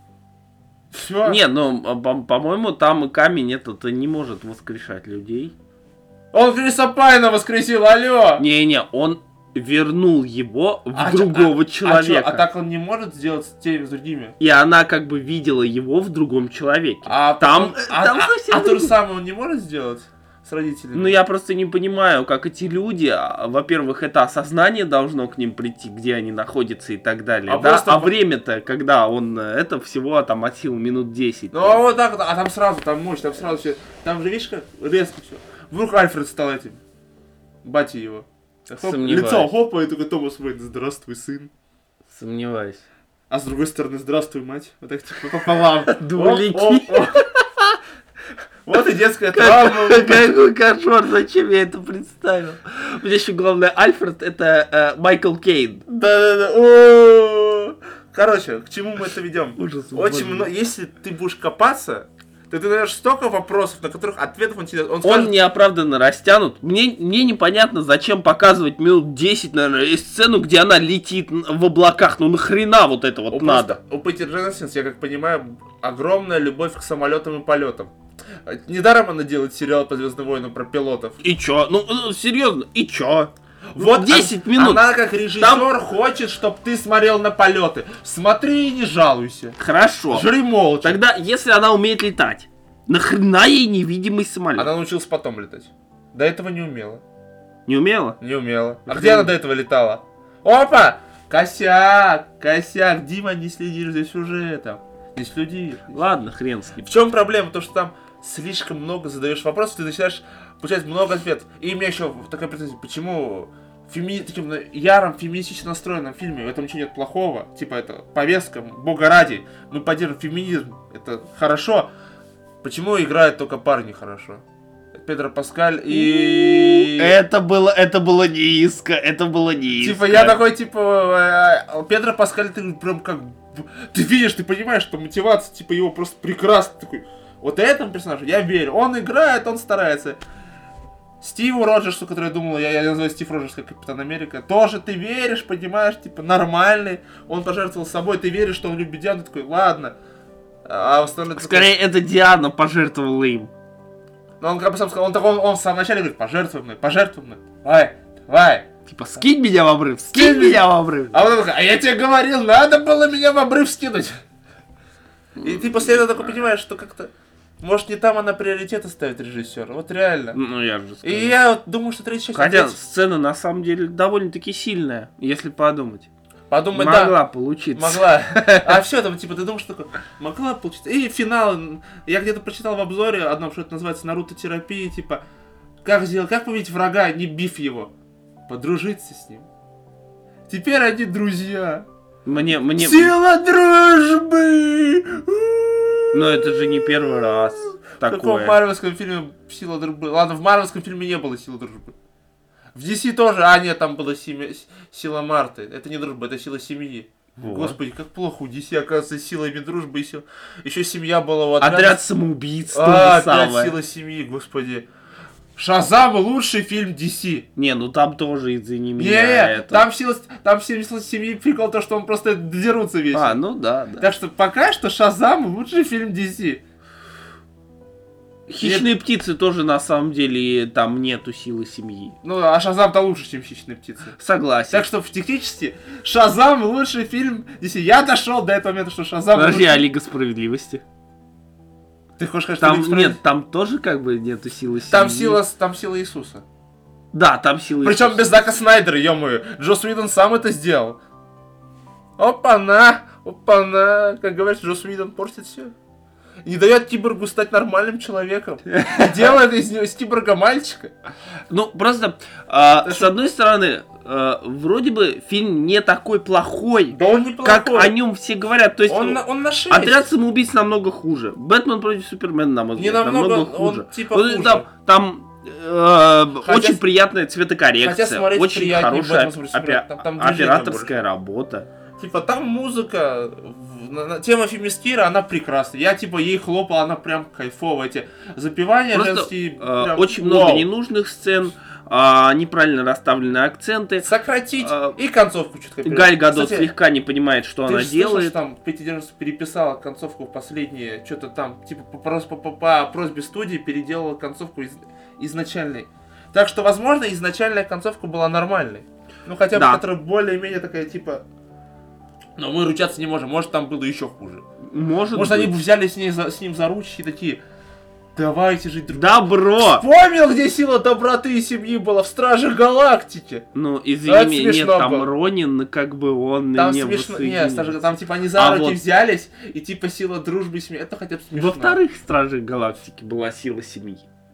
B: Все.
A: Не, ну, а, по- по-моему, там и камень этот не может воскрешать людей.
B: Он Криса Пайна воскресил, алло.
A: Не-не, он вернул его в
B: А чё-
A: другого
B: а-
A: человека.
B: А, чё, а так он не может сделать с теми, с другими?
A: И она как бы видела его в другом человеке.
B: А
A: Там-
B: потом- а,
A: там
B: а-
A: совсем
B: а то же
A: другое.
B: самое он не может сделать с родителями?
A: Ну, я просто не понимаю, как эти люди, а, во-первых, это осознание должно к ним прийти, где они находятся и так далее,
B: А
A: да?
B: просто
A: А
B: по-
A: время-то, когда он, э, это всего там от сил минут десять.
B: Ну, а вот так вот, а там сразу, там мощь, там сразу все, там же видишь как резко все. Вдруг Альфред стал этим, батей его. Так, хоп,
A: Сомневаюсь.
B: лицо, хопа, и такой Томас Уэйн, здравствуй, сын.
A: Сомневаюсь.
B: А с другой стороны, здравствуй, мать. Вот так типа пополам.
A: Двуликий.
B: Оп, оп, оп. Вот и детская травма.
A: Какой кошмар, зачем я это представил? Мне еще главное, Альфред это э, Майкл Кейн.
B: Да-да-да. О. Короче, к чему мы это ведем?
A: Ужас.
B: Очень
A: боже.
B: много. Если ты будешь копаться, то ты найдешь столько вопросов, на которых ответов он тебе... Он
A: Он
B: скажет,
A: неоправданно растянут. Мне, мне непонятно, зачем показывать минут десять, наверное, и сцену, где она летит н- в облаках. Ну нахрена вот это вот
B: у
A: надо?
B: просто- У Питер Дженсенс, я как понимаю, огромная любовь к самолетам и полетам. Недаром она делает сериал по Звездным войнам про пилотов.
A: И чё? Ну, ну, серьезно, и чё?
B: Вот
A: десять
B: он-
A: минут.
B: Она как режиссер хочет, чтобы ты смотрел на полеты. Смотри и не жалуйся.
A: Хорошо.
B: Жри молча.
A: Тогда, если она умеет летать, нахрена ей невидимый самолет?
B: Она научилась потом летать. До этого не умела.
A: Не умела?
B: Не умела. А
A: Блин.
B: где она до этого летала? Опа! Косяк! Косяк! Дима, не следишь за сюжетом. Не следишь.
A: Ладно, хрен с ним.
B: В чем проблема? То, что там слишком много задаешь вопросов, ты начинаешь получать много ответов. И у меня еще такая претензия, почему в феми... таким яром феминистично настроенном фильме в этом ничего нет плохого. Типа это повестка, бога ради. Мы поддерживаем феминизм, это хорошо. Почему играют только парни хорошо? Педро Паскаль и...
A: Это было, это было низко, это было низко.
B: Типа, я такой, типа, э, Педро Паскаль, ты прям как... Ты видишь, ты понимаешь, что мотивация, типа, его просто прекрасна. Такой, вот этому персонажу я верю. Он играет, он старается. Стиву Роджерсу, который я думал, я, я называю Стив Роджерс как Капитан Америка, тоже ты веришь, понимаешь, типа, нормальный. Он пожертвовал собой, ты веришь, что он любит Диану, ты такой, ладно. А остальное...
A: Скорее, такой... это Диана пожертвовала им.
B: Но он как бы сам сказал, он, он, он в самом начале говорит, пожертвуй мной, пожертвуй мной, давай, давай.
A: Типа, скинь меня в обрыв, скинь меня в обрыв.
B: А он такой, а я тебе говорил, надо было меня в обрыв скинуть. И ты после этого такой понимаешь, что как-то, может, не там она приоритеты ставит режиссер, вот реально.
A: Ну, я же скажу.
B: И я вот думаю, что третья часть...
A: Хотя
B: опять...
A: сцена, на самом деле, довольно-таки сильная, если подумать.
B: Подумать,
A: могла
B: да.
A: получиться.
B: Могла. А все там, типа, ты думаешь, что такое, могла получиться. И финал, я где-то прочитал в обзоре одном, что это называется Наруто-терапия, типа, как сделать, как победить врага, не бив его, подружиться с ним. Теперь они друзья.
A: Мне, мне...
B: Сила дружбы!
A: Но это же не первый раз такое.
B: В каком марвелском фильме сила дружбы? Ладно, в марвелском фильме не было силы дружбы. В ди си тоже, а нет, там была семья, сила Марты. Это не дружба, это сила семьи. Вот. Господи, как плохо у ди си, оказывается, силами дружбы и сил. Еще семья была у отряда.
A: Отряд самоубийц,
B: а,
A: то же
B: опять
A: самое.
B: Сила семьи, господи. Шазам лучший фильм ди си.
A: Не, ну там тоже, извини меня,
B: Не,
A: это...
B: там сила, там сила семьи прикол то, что он просто дерутся весь.
A: А, ну да, да.
B: Так что пока что Шазам лучший фильм ди си.
A: Хищные Нет. птицы тоже на самом деле там нету силы семьи.
B: Ну, а Шазам-то лучше, чем Хищные птицы.
A: Согласен.
B: Так что технически Шазам лучший фильм ди си. Я дошел до этого момента, что Шазам.
A: Подожди,
B: лучший...
A: а Лига Справедливости?
B: Ты хочешь сказать,
A: там,
B: что
A: Нет, там тоже как бы нету силы семьи.
B: Там сила, там сила Иисуса.
A: Да, там сила
B: Причем
A: Иисуса.
B: без Зака Снайдера, ё-моё. Джос Уидон сам это сделал. Опа-на, опа-на. Как говорится, Джос Уидон портит все. Не дает Киборгу стать нормальным человеком. И делает из него из Киборга мальчика.
A: Ну, просто, э, с одной стороны, э, вроде бы фильм не такой плохой,
B: да он не плохой.
A: как о нем все говорят. То есть,
B: он, он на шесть.
A: Отряд самоубийц намного хуже. Бэтмен против Супермена, на мой взгляд,
B: не намного,
A: намного хуже.
B: Он, типа,
A: вот,
B: хуже.
A: Там, там э,
B: хотя,
A: очень приятная цветокоррекция, очень хорошая
B: Бэтмен,
A: опи- там, там операторская работа.
B: Типа, там музыка, тема феминистира, она прекрасна. Я, типа, ей хлопал, она прям кайфовая. Эти запевания
A: Просто,
B: женские...
A: Э,
B: прям,
A: очень
B: вау.
A: много ненужных сцен, э, неправильно расставленные акценты.
B: Сократить
A: э,
B: и концовку чутка.
A: Галь Гадот Кстати, слегка не понимает, что она
B: слышал,
A: делает.
B: Что там Петти Джонс переписала концовку в последнее, что-то там, типа, по, по, по, по, по просьбе студии переделала концовку из, изначальной. Так что, возможно, изначальная концовка была нормальной. Ну, хотя бы, да. Которая более-менее такая, типа... Но мы ручаться не можем, может там было еще хуже.
A: Может,
B: может они бы взяли с, ней за, с ним за ручки и такие, давайте жить друг
A: другом. Добро!
B: Вспомнил, где сила доброты и семьи была, в Стражах Галактики.
A: Ну, извини, нет, там
B: было.
A: Ронин, как бы он
B: там
A: не
B: смешно, нет, Стражи, там типа они за а руки вот... взялись, и типа сила дружбы и семьи, это хотя бы смешно.
A: Во вторых Стражах Галактики была сила семьи.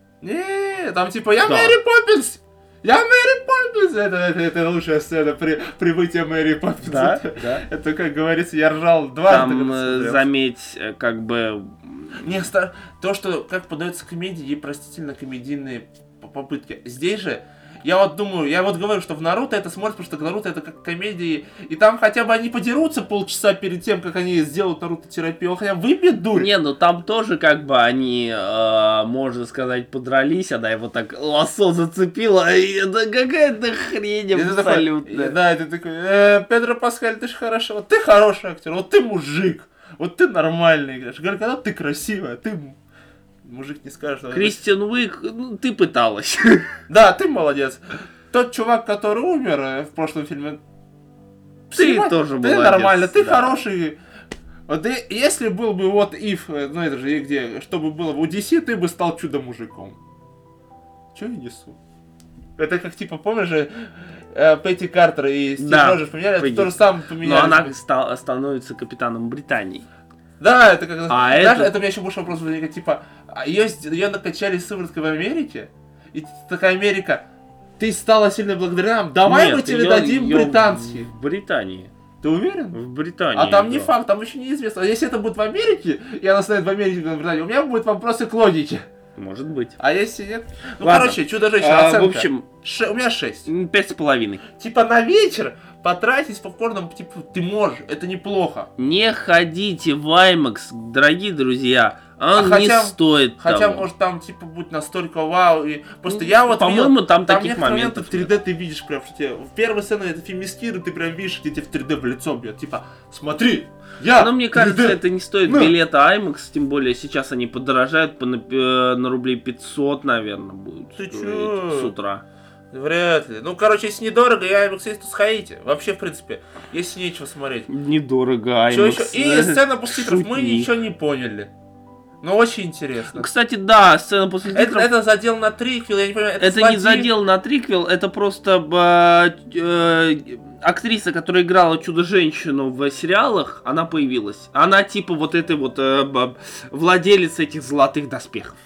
B: Не, там типа я да. Мэри Поппинс! Я Мэри Поппинс! Это, это, это лучшая сцена при прибытии Мэри Поппинс.
A: Да,
B: это,
A: да.
B: Это, как говорится, я ржал дважды.
A: Там, заметь, как бы...
B: Не, то, что как подается комедии, ей простительно комедийные попытки. Здесь же, я вот думаю, я вот говорю, что в Наруто это смотрится, потому что Наруто это как комедии, и там хотя бы они подерутся полчаса перед тем, как они сделают Наруто-терапию, он хотя бы выбьет дурь.
A: Не, ну там тоже как бы они, э, можно сказать, подрались, она его так лассо зацепила, и это какая-то хрень абсолютно.
B: Да, это такой, э, Педро Паскаль, ты ж хорошо, вот ты хороший актер, вот ты мужик, вот ты нормальный играешь. Говорят, когда ты красивая, ты... Мужик не скажет.
A: Кристиан Уик, ну, ты пыталась.
B: Да, ты молодец. Тот чувак, который умер в прошлом фильме...
A: Ты снимай, тоже
B: ты
A: молодец.
B: Ты нормально, ты
A: да.
B: хороший. Вот и, если был бы вот if, ну это же где, чтобы было в ди си, ты бы стал чудо-мужиком. Чё я несу? Это как, типа, помнишь же, э, Петти Картер и Стив
A: да,
B: Роджерс поменяли, это то же самое поменяли.
A: Но она стал, становится капитаном Британии.
B: Да, это как...
A: А
B: даже,
A: это...
B: это у меня еще больше вопрос возникает, типа, ее, ее накачали сывороткой в Америке, и такая Америка, ты стала сильно благодаря нам, давай
A: Нет,
B: мы тебе
A: ее,
B: дадим
A: ее
B: британский.
A: В Британии.
B: Ты уверен?
A: В Британии.
B: А там
A: да.
B: не факт, там еще неизвестно. А если это будет в Америке, и она станет в Америке, в Британии, у меня будут вопросы к логике.
A: Может быть.
B: А если нет? Ну,
A: Ладно.
B: короче, Чудо-женщина,
A: А,
B: оценка.
A: в общем,
B: Ше- у меня шесть.
A: м, пять с половиной.
B: Типа на вечер потратить с попкорном, типа, ты можешь, это неплохо.
A: Не ходите в IMAX, дорогие друзья. Он
B: А
A: не
B: хотя-
A: стоит
B: Хотя,
A: того.
B: может, там, типа, будет настолько вау. И... Просто
A: Ну,
B: я вот
A: по-моему,
B: видел,
A: там таких
B: некоторые
A: моментов
B: моменты в три дэ ты видишь прям, что тебе... В первой сцене это фильм Мискир, и ты прям видишь, где тебе в три дэ в лицо бьет. Типа, смотри, я...
A: Но мне кажется,
B: три дэ.
A: это не стоит
B: Ну.
A: билета IMAX, тем более сейчас они подорожают по на, э, на рублей пятьсот, наверное, будут
B: Ты
A: стоить
B: чё?
A: с утра.
B: Вряд ли. Ну, короче, если недорого, я IMAX есть, то сходите. Вообще, в принципе, если нечего смотреть.
A: Недорого IMAX.
B: Чё еще? И сцена после титров, мы
A: Шутник.
B: ничего не поняли. Но очень интересно.
A: Кстати, да, сцена после
B: Это,
A: титров.
B: это задел на триквел, я не понимаю, это,
A: Это не
B: злодей?
A: задел на триквел, это просто э, э, актриса, которая играла Чудо-женщину в сериалах, она появилась. Она типа вот этой вот э, б- владелец этих золотых доспехов.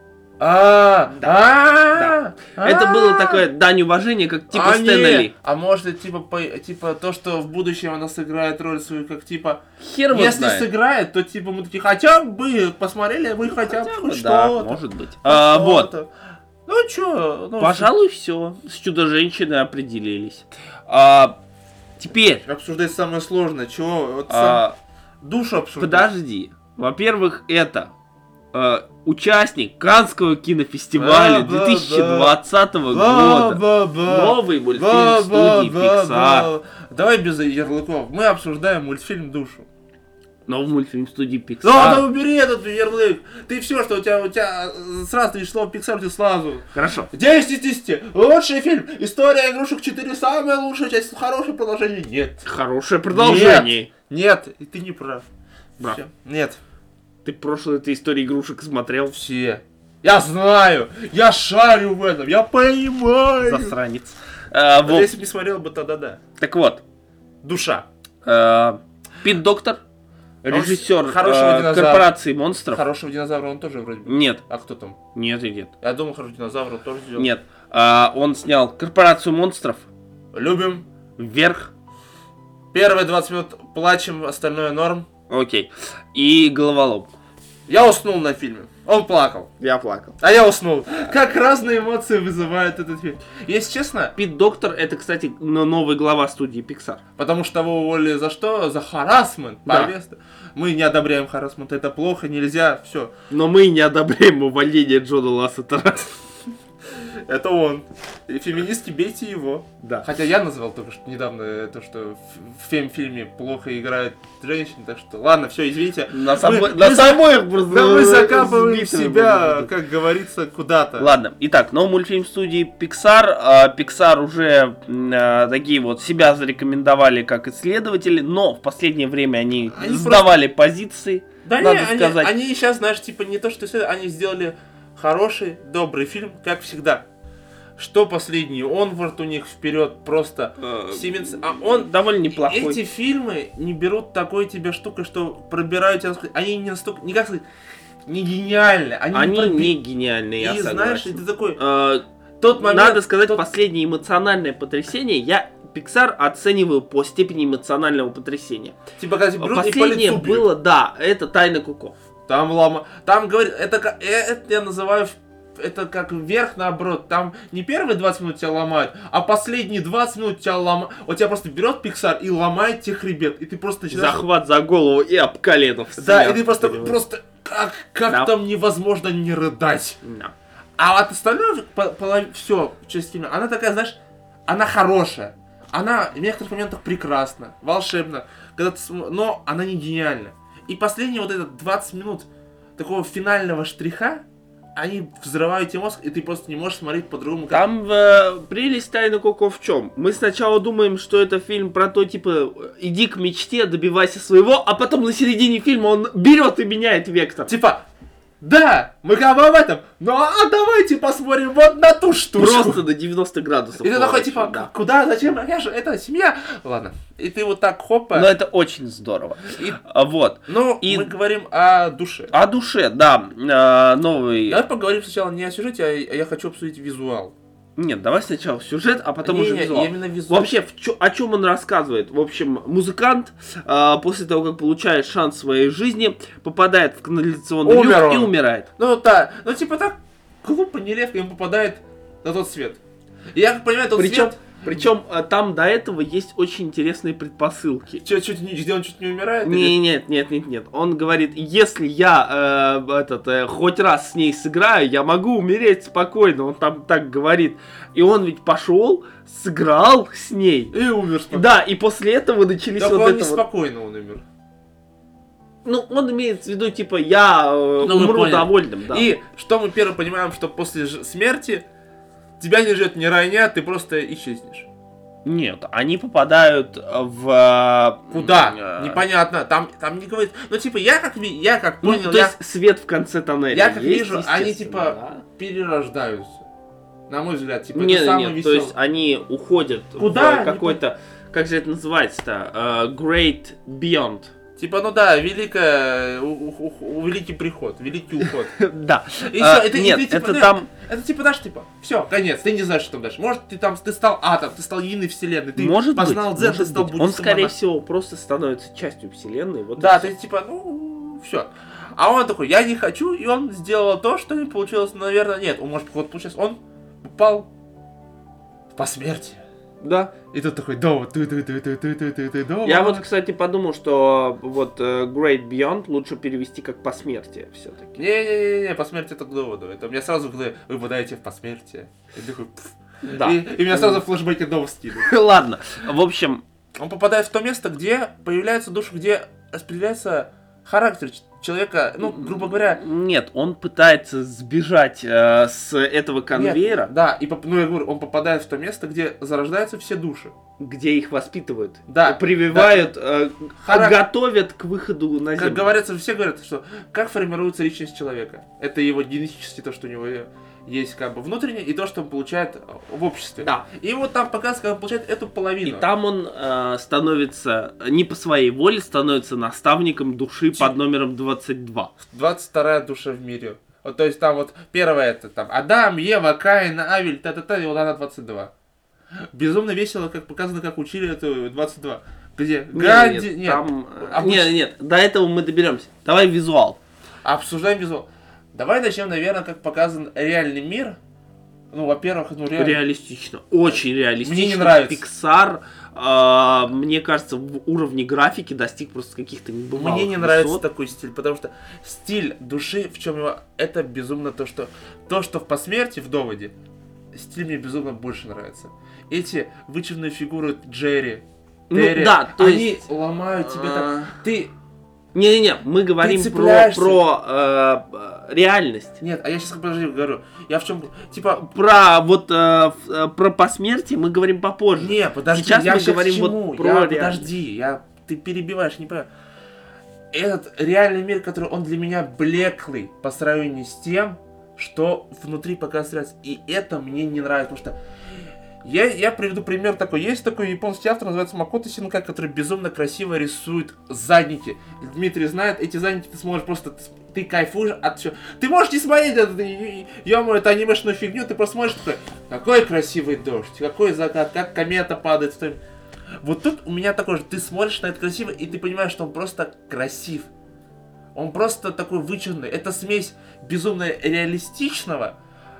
B: А,
A: Да.
B: а,
A: Это
B: а.
A: было такое дань уважения, как типа
B: А,
A: Стэна
B: не.
A: Ли.
B: А может это типа, по- типа то, что в будущем она сыграет роль свою, как типа,
A: Хер его
B: если
A: знает.
B: сыграет, то типа мы такие, хотя бы посмотрели, мы хотя бы
A: Хотя
B: хоть
A: бы, да,
B: что-то.
A: может быть.
B: хоть
A: А, вот.
B: что-то. Ну чё, ну,
A: Пожалуй, все. С Чудо-женщиной определились. А, теперь.
B: обсуждать самое сложное, чего, вот
A: а,
B: сам душу обсуждать.
A: Подожди. Во-первых, это э, участник Каннского кинофестиваля
B: Да, да,
A: две тысячи двадцатого года.
B: Ба-ба-ба.
A: Новый мультфильм
B: Ба-ба-ба-ба.
A: студии Pixar.
B: Давай без ярлыков. Мы обсуждаем мультфильм «Душу».
A: Новый мультфильм студии Pixar.
B: Да, да убери этот ярлык. Ты все, что у тебя, у тебя э, сразу ты слово Pixar, у тебя сразу.
A: Хорошо.
B: десять из десяти. Лучший фильм. История игрушек четыре. Самая лучшая часть. Хорошее продолжение. Нет.
A: Хорошее продолжение.
B: Нет. И ты не прав.
A: Прав.
B: Всё. Нет.
A: Ты прошлую эту историю игрушек смотрел?
B: Все. Я знаю. Я шарю в этом. Я понимаю.
A: Засранец. А,
B: Вот
A: вот.
B: если бы не смотрел бы, тогда да.
A: Так вот.
B: Душа.
A: э, Пит Доктор,
B: Он
A: режиссер
B: хорошего
A: э,
B: динозавра.
A: корпорации монстров.
B: Хорошего динозавра он тоже вроде бы.
A: Нет,
B: А кто там?
A: нет и нет.
B: Я думал, хорошего динозавра он тоже сделал.
A: Нет. А, он снял корпорацию монстров,
B: Любим.
A: Вверх,
B: Первые двадцать минут плачем, остальное норм.
A: окей, и Головолом.
B: Я уснул на фильме. Он плакал.
A: Я плакал.
B: А я уснул. Как разные эмоции вызывает этот фильм. Если честно,
A: Пит Доктор это, кстати, но- новый глава студии Pixar.
B: потому что его уволили за что? За харассмент.
A: Да.
B: Повестка. Мы не одобряем харассмент. Это плохо, нельзя, все.
A: Но мы не одобряем увольнение Джона Лассетера.
B: Это он. И феминистки, бейте его.
A: Да.
B: Хотя я назвал только что недавно э, то, что в, в фем-фильме плохо играют женщины, так что ладно, все, извините.
A: На,
B: Мы-
A: собой,
B: мы
A: на
B: за-
A: собой просто
B: Да мы закапываем
A: сбитыми
B: себя,
A: будем.
B: как говорится, куда-то.
A: Ладно, итак, новый мультфильм студии Pixar. А, Pixar уже м, а, такие вот себя зарекомендовали как исследователи, но в последнее время они,
B: Они
A: сдавали позиции.
B: Да
A: надо
B: не, они,
A: сказать.
B: они сейчас, знаешь, типа не то, что все, они сделали хороший, добрый фильм, как всегда. Что последний Onward у них вперед просто Сименс, а он
A: Довольно неплохой.
B: эти фильмы не берут такой тебе штукой, что пробирают тебя, они не настолько, не как сказать, не гениальны, они,
A: Они
B: не, проби-
A: не гениальные, я
B: и знаешь, и
A: согласен.
B: ты такой,
A: Э,
B: тот момент,
A: Надо сказать,
B: тот-
A: последнее эмоциональное потрясение я Pixar оцениваю по степени эмоционального потрясения.
B: типа когда тебя берут и по
A: Последнее
B: лицу бьют.
A: было, да, это Тайна Коко.
B: Там лома, там говорит, это, ка- э, это я называю это как вверх наоборот, там не первые двадцать минут тебя ломают, а последние двадцать минут тебя ломают. Вот тебя просто берет Pixar и ломает тех ребят, и ты просто начинаешь...
A: Захват за голову и об колено в
B: Да,
A: смех.
B: и ты просто,
A: Понимаешь?
B: просто как, как
A: Да.
B: там невозможно не рыдать.
A: Да.
B: А от остального, все, часть фильма, она такая, знаешь, она хорошая. Она в некоторых моментах прекрасна, волшебна, когда ты см- но она не гениальна. И последние вот этот двадцать минут такого финального штриха, они взрывают тебе мозг, и ты просто не можешь смотреть по-другому. как-
A: Там э, прелесть Тайны Коко в чем? Мы сначала думаем, что это фильм про то, типа, иди к мечте, добивайся своего, а потом на середине фильма он берет и меняет вектор.
B: Типа, да, мы как бы об этом, ну а давайте посмотрим вот на ту штучку.
A: Просто на девяносто градусов.
B: И ты такой,
A: поворачивает,
B: типа,
A: да.
B: куда, зачем, я же, это семья. Ладно. И ты вот так хопа.
A: Но это очень здорово.
B: И-
A: А, Вот.
B: Ну,
A: и-
B: мы говорим о душе.
A: О душе, да. э, новый...
B: Давай поговорим сначала не о сюжете, а я хочу обсудить визуал.
A: Нет, давай сначала сюжет, а потом
B: не,
A: уже
B: не,
A: визуал.
B: именно визуал.
A: Вообще, в чё, о чем он рассказывает? В общем, музыкант э, после того, как получает шанс в своей жизни, попадает в канализационный
B: Умер
A: люк и
B: он.
A: умирает.
B: Ну да, ну типа так глупо, нелепо, ему попадает на тот свет. И я как понимаю, тот
A: Причем,
B: свет...
A: причем э, там до этого есть очень интересные предпосылки.
B: Че, чуть не, где он чуть не умирает?
A: Не,
B: или-
A: нет, нет, нет, нет. Он говорит, если я э, этот э, хоть раз с ней сыграю, я могу умереть спокойно. Он там так говорит. И он ведь пошел, сыграл с ней.
B: И умер спокойно.
A: Да, и после этого начались
B: Так
A: вот
B: он
A: это вот.
B: неспокойно он умер.
A: Ну, он имеет в виду, типа, я э,
B: Ну, мы
A: умру
B: поняли.
A: довольным, да.
B: И что мы первое понимаем, что после ж- смерти тебя не ждет ни райня, ты просто исчезнешь.
A: Нет, они попадают в... э,
B: Куда?
A: э,
B: Непонятно. Там, там не говорит. Ну, типа, я как, ви- я как
A: Ну,
B: понял,
A: то
B: я
A: есть свет в конце тоннеля
B: я как
A: есть,
B: вижу, они,
A: естественно,
B: типа,
A: да.
B: перерождаются. На мой взгляд, типа,
A: Нет,
B: это самое
A: нет, то
B: веселое.
A: есть они уходят
B: Куда?
A: в какой-то, как же это называется-то, э, Great Beyond.
B: Типа, ну да, великая, у- у- у- великий приход, великий уход.
A: Да.
B: И
A: А,
B: всё, это- и
A: нет,
B: ты, типа,
A: это
B: ты-
A: там...
B: Это типа дашь, типа, все, конец, ты не знаешь, что там дальше. Может, ты там, ты стал атом, ты стал единой вселенной, ты
A: Может быть,
B: познал дзен, ты
A: может
B: стал
A: быть. Он,
B: буддистом,
A: скорее
B: монахом.
A: всего, просто становится частью вселенной. Вот и
B: Да,
A: всё.
B: ты типа, ну, все. А он такой, я не хочу, и он сделал то, что не получилось, наверное, нет. Он, может, вот получилось, он попал в посмертие.
A: Да.
B: И тут такой, да, вот ты, ты, ты, ты, ты, ты, ты, ты, да.
A: Я вот, кстати, подумал, что вот э, Great Beyond лучше перевести как посмертие все-таки.
B: Не-не-не, посмертие это к доводу. Это у меня сразу, когда вы попадаете в посмертие. И такой, пф.
A: Да.
B: И, и меня сразу флешбеки дома скидывают.
A: Ладно. В общем,
B: Он попадает в то место, где появляется душа, где распределяется характер ч- человека, ну, грубо говоря,
A: нет, он пытается сбежать э, с этого
B: нет,
A: конвейера,
B: да, и поп- ну я говорю, он попадает в то место, где зарождаются все души.
A: где их воспитывают,
B: Да.
A: прививают, э,
B: Харак-
A: готовят к выходу на
B: Как
A: землю.
B: говорится, все говорят, что как формируется личность человека. Это его генетически то, что у него есть как бы внутреннее, и то, что он получает в обществе.
A: Да.
B: И вот там показывается, как он получает эту половину.
A: И там он э, становится, не по своей воле, становится наставником души под номером двадцать два.
B: двадцать вторая душа в мире. Вот, то есть там вот первая это там Адам, Ева, Каин, Авель, та-та-та, и вот она двадцать два. Безумно весело, как показано, как учили эту двадцать два. Где? Ганди,
A: нет,
B: нет.
A: там, э,
B: Обыч-
A: нет, нет, до этого мы доберемся. Давай визуал.
B: Обсуждаем визуал. Давай начнем, наверное, как показан реальный мир. Ну, во-первых, ну реально.
A: Реалистично, очень реалистично.
B: Мне не нравится.
A: Pixar, э, мне кажется, в уровне графики достиг просто каких-то небывалых
B: Мне не
A: высот.
B: нравится такой стиль, потому что стиль души, в чем его, это безумно то, что то, что в посмертии, в доводе, стиль мне безумно больше нравится. Эти вычурные фигуры Джерри,
A: Ну,
B: Терри,
A: да, то
B: они
A: есть,
B: ломают тебе
A: а,
B: так. Ты.
A: Не-не-не, мы говорим про,
B: цепляешься.
A: про э, э, реальность.
B: Нет, а я сейчас подожди говорю. Я в чем. Типа.
A: Про вот э, в- э, про посмертие мы говорим попозже.
B: Не, подожди,
A: Сейчас
B: я
A: мы
B: щас
A: говорим
B: к чему?
A: вот про
B: я,
A: реальность.
B: подожди, я, ты перебиваешь, не понимаю. Этот реальный мир, который он для меня блеклый по сравнению с тем, что внутри показывается. И это мне не нравится, потому что я, я приведу пример такой. Есть такой японский автор, называется Макото Синкай, который безумно красиво рисует задники. Дмитрий знает, эти задники ты сможешь просто... Ты, ты кайфуешь от всего. Ты можешь не смотреть это, ё-моё, это анимешную фигню, ты просто смотришь такой, какой красивый дождь, какой закат, как комета падает. Что... Вот тут у меня такое же, ты смотришь на это красиво, и ты понимаешь, что он просто красив. Он просто такой вычурный. Это смесь безумно реалистичного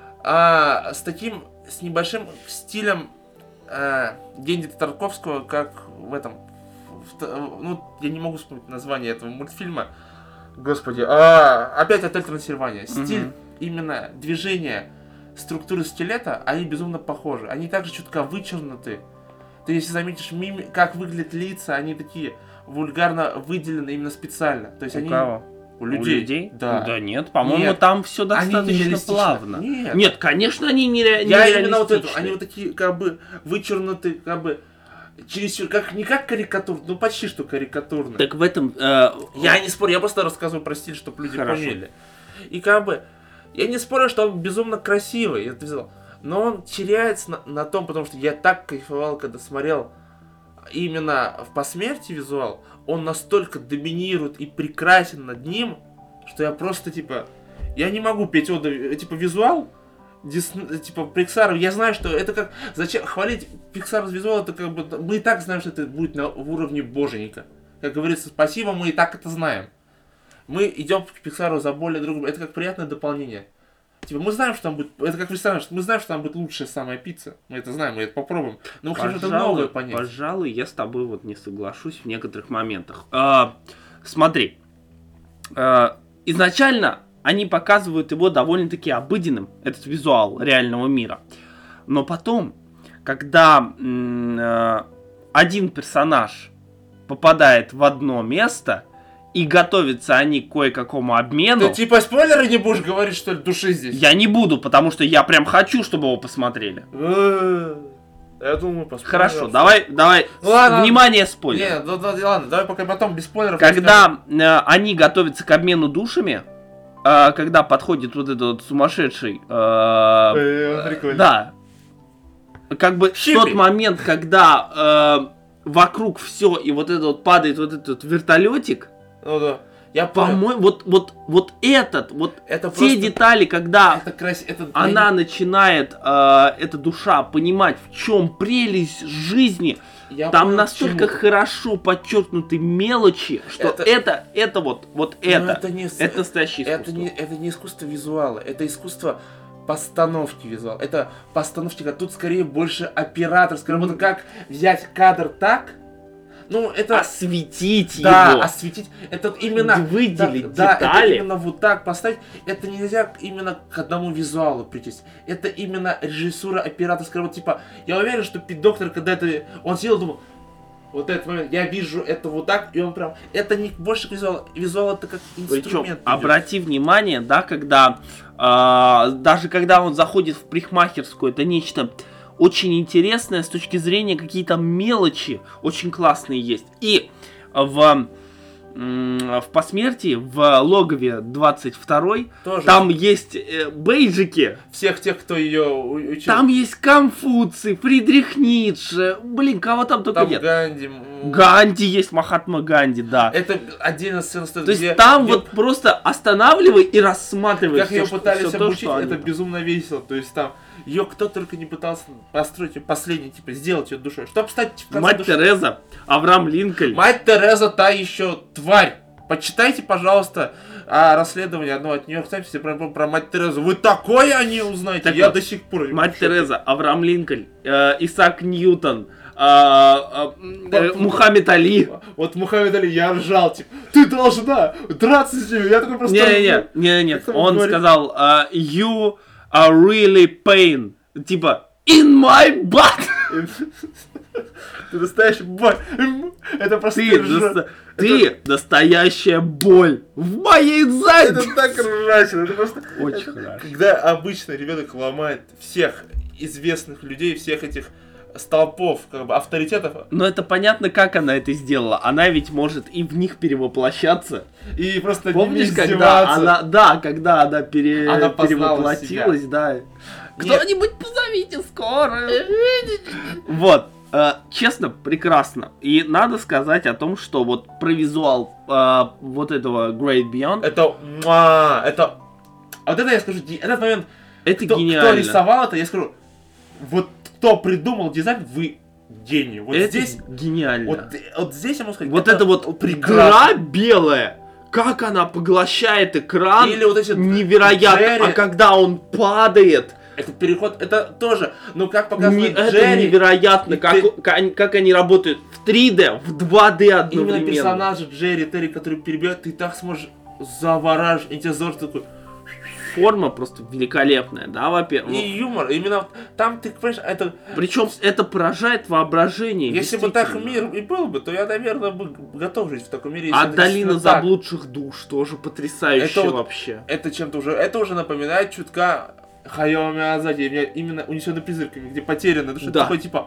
B: а, с таким, с небольшим стилем а, Генди Тарковского, как в этом, в, в, ну, я не могу вспомнить название этого мультфильма. Господи, а, опять «Отель Трансильвания». Стиль,
A: Мгм.
B: именно движение, структуры скелета, они безумно похожи. Они также чутка вычернуты. Ты если заметишь, мими, как выглядят лица, они такие вульгарно выделены именно специально. То есть
A: У
B: они...
A: кого?
B: У людей.
A: У людей?
B: Да.
A: Да нет, по-моему,
B: Нет.
A: там все
B: Они
A: достаточно
B: нереалистично.
A: плавно.
B: Нет.
A: Нет, конечно, они не, ре...
B: Я
A: не
B: именно вот это,
A: реалистичны.
B: они вот такие, как бы, вычернуты, как бы, чересчур, как, не как карикатур, ну почти что карикатурно.
A: Так в этом... э,
B: Я не спорю, я просто рассказываю про стиль, чтобы люди
A: Хорошо.
B: поняли. И как бы, я не спорю, что он безумно красивый, это взял, но он теряется на, на том, потому что я так кайфовал, когда смотрел именно в посмертии визуал, он настолько доминирует и прекрасен над ним, что я просто, типа, я не могу петь оду, типа, визуал, Disney, типа Pixar, я знаю, что это как... Зачем хвалить Pixar с визуала, это как бы... Мы и так знаем, что это будет на уровне боженька. Как говорится, спасибо, мы и так это знаем. Мы идем к Pixar за более другом. Это как приятное дополнение. Типа, мы знаем, что там будет... Это как в ресторане, мы знаем, что там будет лучшая самая пицца. Мы это знаем, мы это попробуем. Но мы хотим что-то новое понять.
A: Пожалуй, я с тобой вот не соглашусь в некоторых моментах. А, смотри. А, изначально они показывают его довольно-таки обыденным, этот визуал реального мира. Но потом, когда м- один персонаж попадает в одно место, и готовятся они к кое-какому обмену...
B: Ты типа спойлеры не будешь говорить, что ли, души здесь?
A: Я не буду, потому что я прям хочу, чтобы его посмотрели.
B: Я думаю, посмотрим.
A: Хорошо, давай, давай,
B: ладно,
A: внимание, спойлер.
B: Нет, да, да, ладно, давай пока потом без спойлеров.
A: Когда э, они готовятся к обмену душами, э, когда подходит вот этот вот сумасшедший... Э,
B: э, прикольно.
A: Да. Как бы
B: Щипи.
A: тот момент, когда э, вокруг все, и вот это вот падает вот этот вот вертолетик,
B: Ну да. Я
A: по-моему, вот, вот, вот этот, вот
B: это
A: те
B: просто...
A: детали, когда
B: это крас... это...
A: она начинает, э, эта душа, понимать, в чем прелесть жизни,
B: Я
A: там
B: понял,
A: настолько
B: почему.
A: хорошо подчеркнуты мелочи, что это,
B: Это-
A: это, это вот, вот
B: Но
A: это,
B: это не...
A: это настоящее
B: это
A: искусство.
B: не, это не искусство визуала, это искусство постановки визуала. Это постановки, а тут скорее больше операторская работа. Как взять кадр так, ну это...
A: Осветить
B: Да,
A: его,
B: осветить, это именно...
A: выделить
B: да,
A: детали.
B: Да, это именно вот так поставить. Это нельзя именно к одному визуалу прийти. Это именно режиссура, операторская работа. Типа, я уверен, что Пит Доктор, когда это... Он сидел и думал, вот этот момент, я вижу это вот так, и он прям... Это не больше к визуалу. Визуал это как инструмент.
A: Причем,
B: идет.
A: обрати внимание, да, когда, э, даже когда он заходит в парикмахерскую, это нечто очень интересное с точки зрения какие-то мелочи, очень классные есть. И в, м, в посмертии, в логове двадцать второй,
B: Тоже.
A: там есть э, бейджики.
B: Всех тех, кто ее учил.
A: Там есть Конфуций, Фридрих Ницше, блин, кого там только
B: Там
A: нет.
B: Ганди. м,
A: Ганди есть, Махатма Ганди, да.
B: Это отдельная сцена стоит,
A: То есть
B: где-
A: там
B: где-
A: вот просто останавливай и рассматривай
B: как
A: всё,
B: ее
A: что-
B: пытались
A: всё то,
B: обучить,
A: что они
B: это
A: там.
B: безумно весело. То есть там ее кто только не пытался построить, её последний, типа, сделать ее душой. Чтобы стать в конце
A: Мать
B: душой.
A: Тереза, Авраам Линкольн.
B: Мать Тереза та еще тварь. Почитайте, пожалуйста, о расследовании одного от Нью-Йорк Таймс про, про, про мать Терезу. Вы такое о ней узнаете?
A: Так
B: Я
A: вот,
B: до сих пор... не
A: Мать
B: в шоке.
A: Тереза, Авраам Линкольн, э, Исаак Ньютон, э, э, э, Мухаммед Али.
B: Вот Мухаммед Али, я ржал, типа, ты должна драться с ними. Я такой просто...
A: Не-не-не, не-не,
B: Как там
A: он
B: говорит?
A: сказал, э, you are really pain. Типа, in my butt.
B: Ты настоящий бой. Это просто...
A: Ты,
B: ржа-
A: наста- ты настоящая боль в моей заднице.
B: Это так ржачно, это просто...
A: Очень
B: это
A: хорошо.
B: Когда обычный ребенок ломает всех известных людей, всех этих столпов, как бы, авторитетов,
A: Но это понятно, как она это сделала. Она ведь может и в них перевоплощаться.
B: и просто над ними
A: Помнишь, когда
B: издеваться.
A: она, да, когда она, пере,
B: Она познала
A: перевоплотилась, да.
B: Нет.
A: Кто-нибудь позовите скоро. Вот, э, честно, прекрасно. И надо сказать о том, что вот про визуал э, вот этого Great Beyond,
B: Это... муа, это... А вот это я скажу, ди- этот момент,
A: это
B: кто,
A: гениально.
B: кто рисовал это, я скажу, вот кто придумал дизайн, вы гений. Вот
A: это
B: здесь...
A: гениально.
B: Вот, вот здесь я могу сказать,
A: Вот это, вот
B: прекрасно.
A: игра белая. Как она поглощает экран.
B: Или вот эти
A: Невероятно.
B: Джерри.
A: А когда он падает,
B: Это переход, это тоже, ну как
A: не-
B: показывает
A: это
B: Джерри,
A: невероятно.
B: и
A: Как,
B: ты-
A: как они- как они работают в три дэ, в два дэ
B: именно
A: одновременно.
B: персонажи Джерри, Терри, которые перебивают, ты так сможешь завораживать, и тебе зор такой,
A: Форма просто великолепная, да, во-первых.
B: и юмор, именно там ты, понимаешь, это,
A: Причем это поражает воображение.
B: если бы так
A: действительно.
B: мир и был бы, то я, наверное, бы готов жить в таком мире. если
A: А
B: это
A: долина
B: действительно так.
A: заблудших душ тоже потрясающая
B: Это вот-
A: вообще.
B: Это чем-то уже, это уже напоминает чутка Хаяо Миядзаки, меня именно унесенный призраками, где потеряны души,
A: Да.
B: такой типа,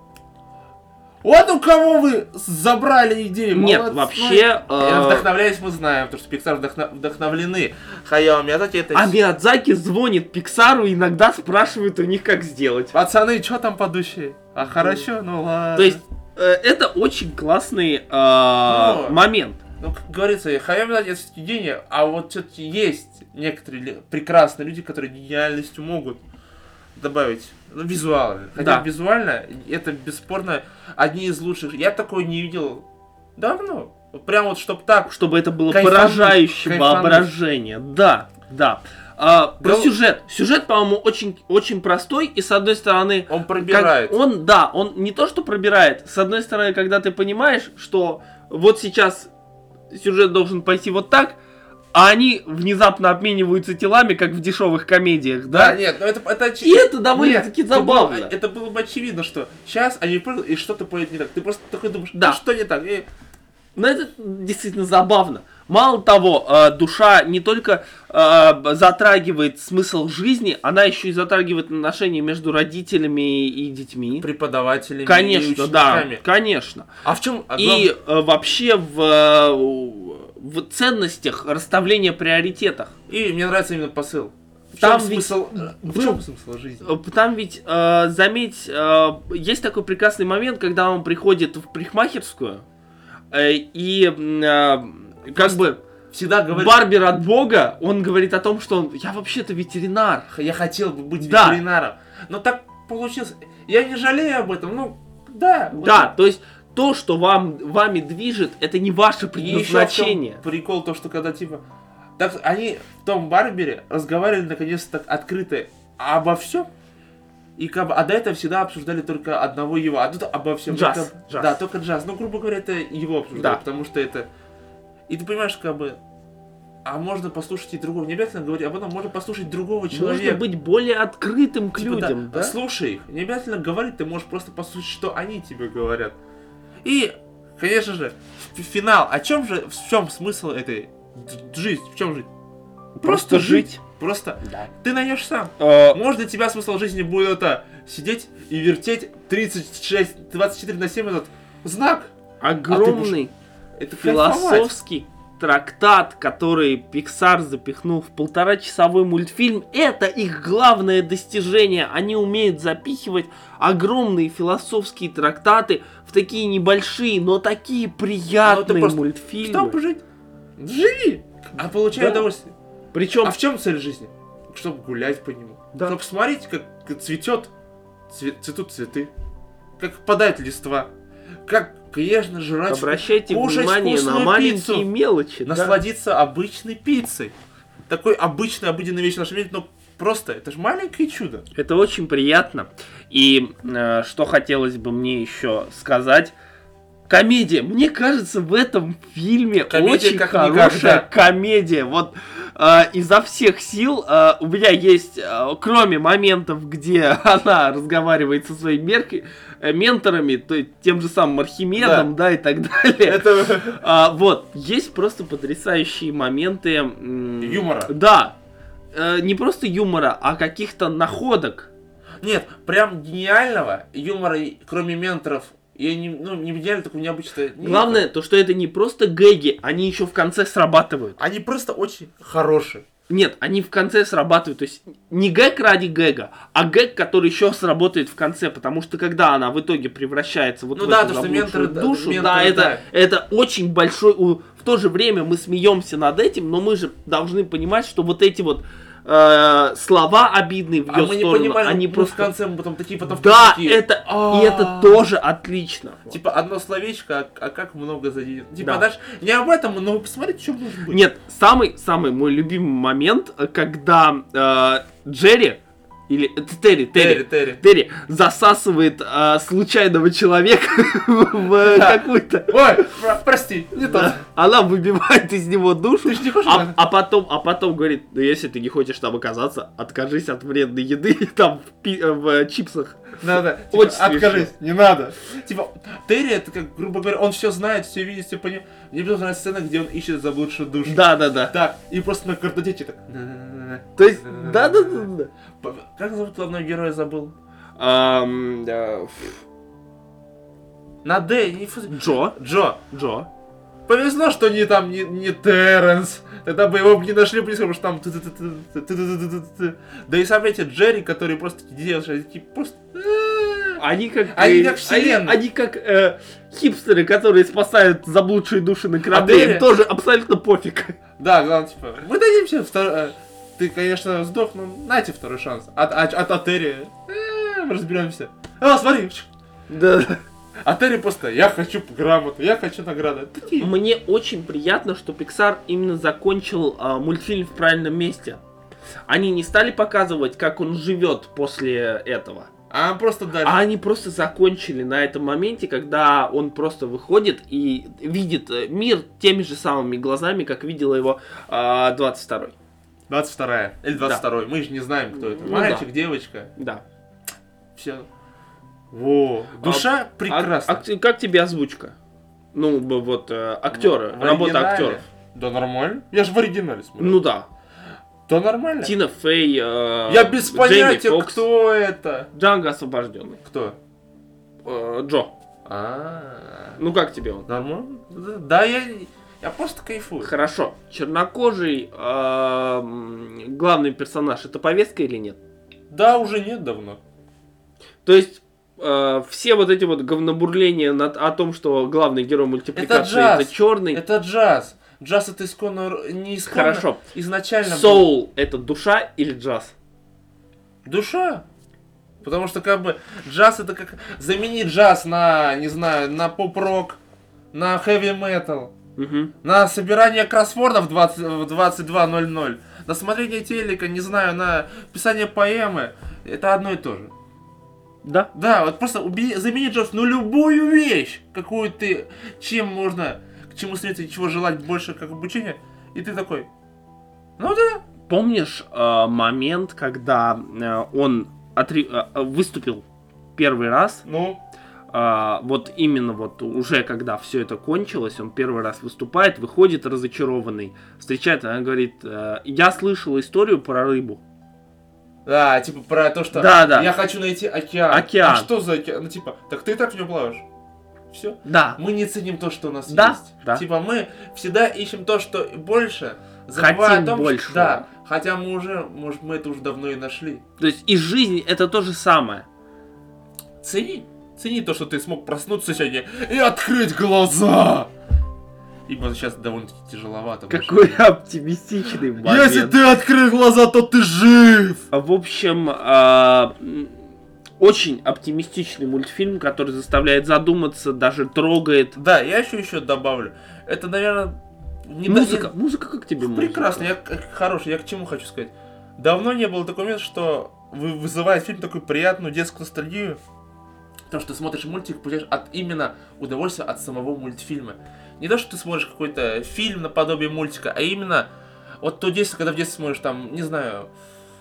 B: вот у кого вы забрали идею,
A: Нет,
B: молодцы.
A: вообще.
B: Ну,
A: э,
B: вдохновляясь мы знаем, потому что Pixar вдохно- вдохновлены Хаяо Миядзаки, это...
A: А Миядзаки звонит Пиксару и иногда спрашивает у них, как сделать.
B: Пацаны, что там по душе? А хорошо, ну ладно.
A: То есть, э, это очень классный э,
B: Ну,
A: момент.
B: Ну, как говорится, Хаяо Миядзаки все-таки гений, а вот все-таки есть некоторые ли- прекрасные люди, которые гениальностью могут добавить? Ну, визуалы. Хотя
A: Да.
B: визуально это бесспорно одни из лучших. Я такой не видел давно. Вот прям вот чтоб так.
A: Чтобы это было
B: Кайфануть,
A: поражающее
B: кайфануть.
A: воображение. Да, да. А, про
B: Да.
A: сюжет. Сюжет, по-моему, очень, очень простой, и с одной стороны...
B: Он
A: как
B: пробирает.
A: он, да, он не то что пробирает. С одной стороны, когда ты понимаешь, что вот сейчас сюжет должен пойти вот так, а они внезапно обмениваются телами, как в дешевых комедиях,
B: Да,
A: да?
B: нет, ну это, это оч-
A: И это довольно-таки
B: Нет, это было-
A: забавно.
B: Это было бы очевидно, что сейчас они прыгают, и что-то пойдет не так. Ты просто такой думаешь,
A: Да.
B: да, что не так? И
A: Но это действительно забавно. Мало того, э, душа не только э, затрагивает смысл жизни, она еще и затрагивает отношения между родителями и детьми.
B: преподавателями, и
A: Конечно, да,
B: учениками.
A: конечно.
B: А в чем?
A: И э, вообще в, э, в ценностях расставления приоритетах.
B: И мне нравится именно посыл. В
A: Там
B: чем
A: ведь
B: смысл? э, В
A: был-
B: чем смысл жизни?
A: Э, Там ведь, э, заметь, э, есть такой прекрасный момент, когда он приходит в парикмахерскую, э, и м, э, как
B: Просто
A: бы
B: Всегда говорит,
A: барбер от бога, он говорит о том, что он, я вообще-то ветеринар.
B: я хотел бы быть
A: Да.
B: ветеринаром. Но так получилось. Я не жалею об этом. Ну, да. вот
A: Да, то есть то, что вам, вами движет, это не ваше
B: И ещё в
A: предназначение.
B: чём прикол то, что когда типа. Так они в том барбере разговаривали наконец-то так открыто обо всем. И как бы, а до этого всегда обсуждали только одного его, а тут обо всем.
A: Джаз,
B: Это-
A: джаз.
B: Да, только джаз. Ну, грубо говоря, это его обсуждали,
A: Да.
B: потому что это. И ты понимаешь, как бы. А можно послушать и другого. Не обязательно говорить об этом, можно послушать другого человека.
A: Нужно быть более открытым к
B: Типа,
A: людям, да?
B: Слушай их. Не обязательно говорить, ты можешь просто послушать, что они тебе говорят. И, конечно же, ф- финал. О чем же, в чем смысл этой д- жизни? В чем жить?
A: Просто жить.
B: Просто
A: Да.
B: ты найдешь сам.
A: Э,
B: Может, для тебя смысл жизни будет это сидеть и вертеть тридцать шесть, двадцать четыре на семь этот знак.
A: Огромный
B: Это кайфовать.
A: философский трактат, который Pixar запихнул в полторачасовой мультфильм, это их главное достижение. Они умеют запихивать огромные философские трактаты в такие небольшие, но такие приятные
B: просто-
A: мультфильмы.
B: Чтобы жить, живи, а получай
A: Да.
B: удовольствие.
A: Причем
B: А в чем цель жизни? Чтобы гулять по нему.
A: Да.
B: Чтобы смотреть, как цветет, цветут цветы, как падает листва, как нежно жрать,
A: обращайте
B: кушать
A: внимание на
B: вкусную
A: маленькие
B: пиццу,
A: мелочи. да.
B: насладиться обычной пиццей. Такой обычный, обыденный вещь в нашем мире, но просто, это же маленькое чудо.
A: Это очень приятно. И э, что хотелось бы мне еще сказать. Комедия. Мне кажется, в этом фильме
B: Комедия
A: очень
B: как
A: хорошая
B: никогда.
A: комедия. Вот э, изо всех сил э, у меня есть, э, кроме моментов, где она разговаривает со своими мерки, э, менторами, то есть тем же самым Архимедом, да, и так далее.
B: Это
A: А, вот, есть просто потрясающие моменты м,
B: Юмора.
A: Да. Э, не просто юмора, а каких-то находок.
B: нет, прям гениального юмора, и кроме менторов, я не, ну, не гениально, такого необычного. нет.
A: Главное, то, что это не просто гэги, они еще в конце срабатывают.
B: Они просто очень хорошие.
A: Нет, они в конце срабатывают. То есть не гэг ради гэга, а гэг, который еще сработает в конце. Потому что когда она в итоге превращается вот
B: Ну
A: в
B: да,
A: эту
B: то, что
A: заблудшую
B: менторы, да,
A: душу,
B: менторы,
A: да, это,
B: да.
A: это очень большой... у- В то же время мы смеемся над этим, но мы же должны понимать, что вот эти вот э, слова обидные в
B: А
A: ее
B: мы не
A: сторону,
B: понимаем,
A: они
B: ну,
A: просто...
B: в конце мы потом такие потом
A: Да,
B: такие,
A: это,
B: «А-а-а».
A: и это тоже отлично.
B: Типа одно словечко, а, а как много задействовано. Типа
A: Да.
B: даже не об этом, но посмотрите, что может быть.
A: Нет, самый, самый мой любимый момент, э, когда э, Джерри, или это Терри, Терри,
B: Терри, Терри.
A: Терри засасывает э, случайного человека в э,
B: Да.
A: какую-то...
B: Ой, про- прости, не тот.
A: Да. Она выбивает из него душу,
B: Ты ж не хочешь
A: а,
B: так?
A: а потом, а потом говорит, ну если ты не хочешь там оказаться, откажись от вредной еды там в, пи- э, в э, чипсах.
B: Надо, типа,
A: Очень
B: откажись, не надо. Типа, Терри, это как, грубо говоря, он все знает, все видит, все понимает. Мне безумно нравится сцена, где он ищет заблудшую душу.
A: Да-да-да.
B: Так, и просто на картотеке так. «На-на-на-на-на».
A: То есть, да-да-да.
B: П- Как зовут главного героя, забыл?
A: Ам, э, ф-
B: На Д, не фу-
A: Джо,
B: Джо.
A: Джо.
B: Повезло, что не там, не, не Терренс. Тогда бы его бы не нашли близко, потому что там... ты-ты-ты-ты, ты-ты-ты-ты-ты. Да и сам эти Джерри, которые просто делают, такие просто...
A: Они как,
B: Они
A: э,
B: как вселенная.
A: Они, они как э, хипстеры, которые спасают заблудшие души на корабле.
B: Терри-
A: Им тоже абсолютно пофиг.
B: Да, главное, типа, мы дадим себе втор- э, ты, конечно, сдох, но нате второй шанс. От, от, от, от Терри э, разберемся. А, смотри.
A: Да.
B: А Терри просто, я хочу грамоту, я хочу награды. Такие.
A: Мне очень приятно, что Pixar именно закончил а, мультфильм в правильном месте. Они не стали показывать, как он живет после этого.
B: А просто дальше.
A: А они просто закончили на этом моменте, когда он просто выходит и видит мир теми же самыми глазами, как видела его а, двадцать второй.
B: двадцать вторая. Или двадцать второй.
A: Да.
B: Мы же не знаем, кто это.
A: Ну,
B: Мальчик,
A: да.
B: девочка.
A: Да.
B: Все. Во. Душа
A: а,
B: прекрасна.
A: А, а, как тебе озвучка? Ну, вот э, актеры,
B: В
A: работа
B: оригинале?
A: актеров.
B: Да нормально. Я же в оригинале смотрю.
A: Ну да.
B: Да нормально.
A: Тина Фей, э,
B: Я без
A: Джейми
B: понятия,
A: Фокс,
B: кто это.
A: Джанго освобожденный.
B: Кто?
A: Э, Джо.
B: А.
A: Ну как тебе он?
B: Нормально. Да, я, я просто кайфую.
A: Хорошо. Чернокожий э, м, главный персонаж, это повестка или нет?
B: Да, уже нет давно.
A: То есть э, все вот эти вот говнобурления над, о том, что главный герой мультипликации
B: Это джаз.
A: это черный.
B: Это джаз. Джаз это исконно, не исконно.
A: Хорошо.
B: Изначально.
A: Soul это душа или джаз?
B: Душа. Потому что как бы джаз это как замени джаз на, не знаю, на поп-рок, на хэви-метал,
A: Угу.
B: на собирание кроссвордов в двадцать, в двадцать два ноль ноль, на смотрение телека, не знаю, на писание поэмы. Это одно и то же.
A: Да.
B: Да, вот просто убери, замени джаз, ну любую вещь, какую ты, чем можно, к чему стремиться и чего желать больше как обучение, и ты такой, ну да.
A: Помнишь э, момент, когда э, он отри- э, выступил первый раз?
B: Ну,
A: А, вот именно вот уже когда все это кончилось, он первый раз выступает, выходит разочарованный, встречает, она говорит, э, я слышал историю про рыбу.
B: да, типа про то, что
A: Да, да.
B: я хочу найти океан.
A: Океан.
B: А что за океан? Ну типа, так ты и так в нем плаваешь. Все.
A: Да.
B: Мы не ценим то, что у нас
A: Да,
B: есть.
A: да.
B: Типа мы всегда ищем то, что больше, забывая
A: Хотим
B: о том,
A: большего.
B: что да, хотя мы уже, может, мы это уже давно и нашли.
A: То есть и жизнь это то же самое.
B: Цени. Цени то, что ты смог проснуться сегодня и открыть глаза. Ибо сейчас довольно-таки тяжеловато.
A: Какой оптимистичный момент.
B: Если ты открыл глаза, то ты жив.
A: В общем, а, м, очень оптимистичный мультфильм, который заставляет задуматься, даже трогает.
B: Да, я еще еще добавлю. Это, наверное, не
A: Музыка, музыка как тебе музыка?
B: прекрасно, я к- хороший, я к чему хочу сказать. Давно не было такого момента, что вы- вызывает фильм такую приятную детскую ностальгию. Потому что ты смотришь мультик, получаешь от именно удовольствия от самого мультфильма. Не то, что ты смотришь какой-то фильм наподобие мультика, а именно вот то детство, когда в детстве смотришь там, не знаю,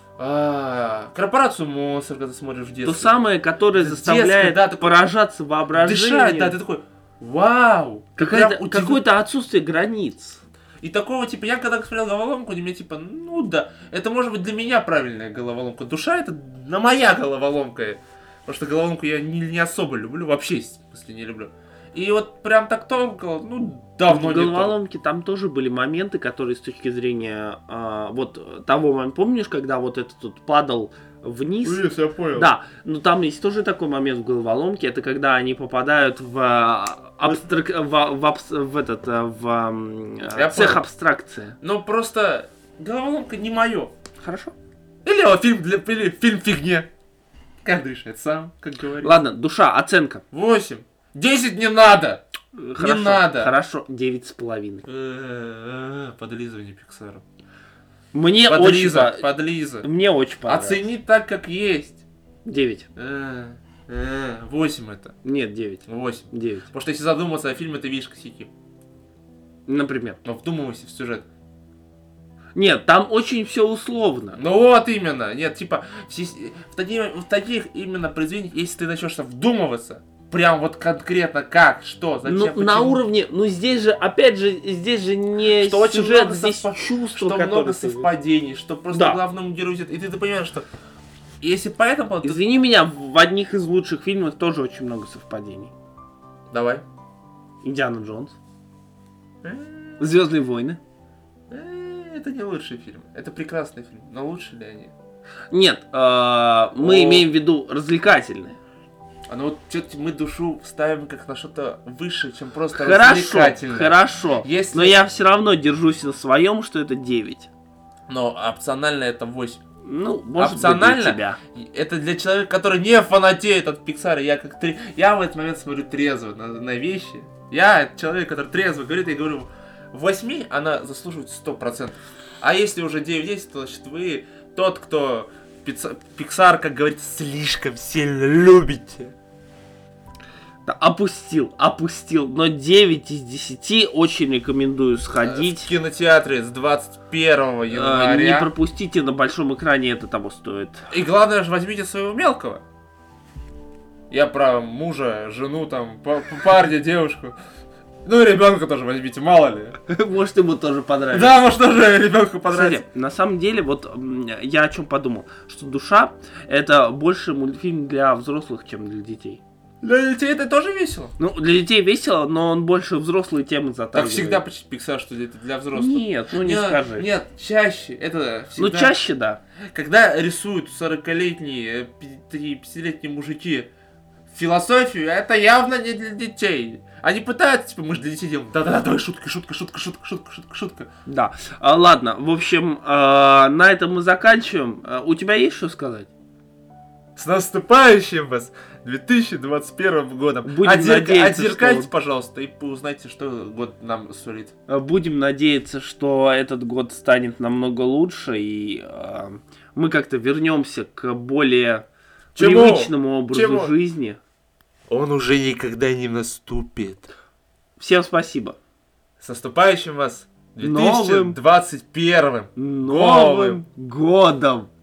B: а, корпорацию монстр, когда ты смотришь в детстве.
A: То самое, которое
B: Это
A: заставляет
B: детское, да, такое-
A: поражаться воображением.
B: Дышать, да, ты такой, вау! Ты
A: Какая-то-
B: прям удивлен.
A: Какое-то отсутствие границ.
B: И такого, типа, я когда смотрел головоломку, мне типа, ну да, это может быть для меня правильная головоломка. Душа это на моя головоломка. Потому что головоломку я не, не особо люблю, вообще, в смысле, не люблю. И вот прям так тонко, ну, давно
A: В
B: не то.
A: головоломке там тоже были моменты, которые с точки зрения а, вот того момента, помнишь, когда вот этот тут падал вниз?
B: Ну, я понял.
A: Да, но там есть тоже такой момент в головоломке, это когда они попадают в а, абстрак... в, в, абс- в этот а, в ам,
B: Я
A: цех
B: понял.
A: абстракции.
B: Ну, просто головоломка не мое.
A: Хорошо.
B: Или о, фильм для или фильм фигне. Каждый решает сам, как говорится.
A: Ладно, душа, оценка.
B: Восемь. Десять не надо!
A: Хорошо,
B: надо.
A: Хорошо, девять с половиной.
B: Э-э-э, Подлизывание Пиксару.
A: Мне очень,
B: Подлиза,
A: по-
B: подлиза.
A: мне очень понравилось.
B: Оцени так, как есть.
A: девять.
B: Э, э, Восемь это.
A: Нет, девять.
B: Восемь.
A: девять.
B: Потому что если задуматься о фильме, ты видишь косяки.
A: Например.
B: Но вдумывайся в сюжет.
A: Нет, там очень все условно.
B: Ну вот именно. Нет, типа, в, сис- в таких, в таких именно произведениях, если ты начнешь вдумываться, прям вот конкретно как, что, зачем,
A: Ну,
B: почему,
A: на уровне, ну здесь же, опять же, здесь же не
B: Что очень
A: сюжет,
B: много
A: здесь
B: совпа-
A: чувство,
B: что
A: которое
B: много
A: ты-
B: совпадений, что просто
A: Да.
B: главному герою идет. И ты, ты понимаешь, что если поэтому... ты-
A: Извини меня, в одних из лучших фильмов тоже очень много совпадений.
B: Давай.
A: Индиана Джонс,
B: Э,
A: Звездные войны.
B: э, Это не лучший фильм. Это прекрасный фильм. Но лучше ли они?
A: Нет, э, мы
B: О.
A: имеем в виду развлекательные.
B: А ну вот все-таки мы душу ставим как на что-то выше, чем просто
A: Хорошо,
B: развлекательное.
A: хорошо.
B: Если-
A: Но я все равно держусь на своем, что это девять.
B: Но опционально это восемь.
A: Ну, может
B: Опционально?
A: быть, для тебя.
B: Это для человека, который не фанатеет от Pixar. Я как три... Я в этот момент смотрю трезво на, на вещи. Я человек, который трезво говорит, я говорю, в восьми она заслуживает сто процентов. А если уже девять-десять, то значит вы тот, кто Pixar, как говорится, слишком сильно любите.
A: Да, опустил, опустил. Но девять из десяти очень рекомендую сходить.
B: В кинотеатре с двадцать первого января.
A: Не пропустите на большом экране, это того стоит.
B: И главное же, возьмите своего мелкого. Я про мужа, жену, там, парня, девушку. Ну и ребенка тоже возьмите, мало ли.
A: Может, ему тоже понравится.
B: Да, может, тоже ребенку понравится.
A: Кстати, на самом деле, вот я о чем подумал, что «Душа» — это больше мультфильм для взрослых, чем для детей.
B: Для детей это тоже весело.
A: Ну, для детей весело, но он больше взрослые темы затрагивает.
B: Так всегда почти Pixar, что это для взрослых.
A: Нет, ну не
B: нет,
A: скажи.
B: Нет, чаще. Это всегда...
A: Ну, чаще, да.
B: Когда рисуют сорокалетние, пятидесятилетние мужики философию, это явно не для детей. Они пытаются, типа, мы же для детей делаем. Да-да-да, давай, шутка, шутка, шутка, шутка, шутка, шутка, шутка.
A: Да. А, ладно, в общем, а, на этом мы заканчиваем. А, у тебя есть что сказать?
B: С наступающим вас две тысячи двадцать первым годом.
A: Будем
B: Отзерка...
A: надеяться,
B: Отзеркайте,
A: что...
B: пожалуйста, и узнайте, что год нам сулит.
A: Будем надеяться, что этот год станет намного лучше, и а, мы как-то вернемся к более
B: Чему?
A: привычному образу
B: Чему?
A: жизни.
B: Он уже никогда не наступит.
A: Всем спасибо.
B: С наступающим вас две тысячи двадцать первым
A: Новым, новым годом!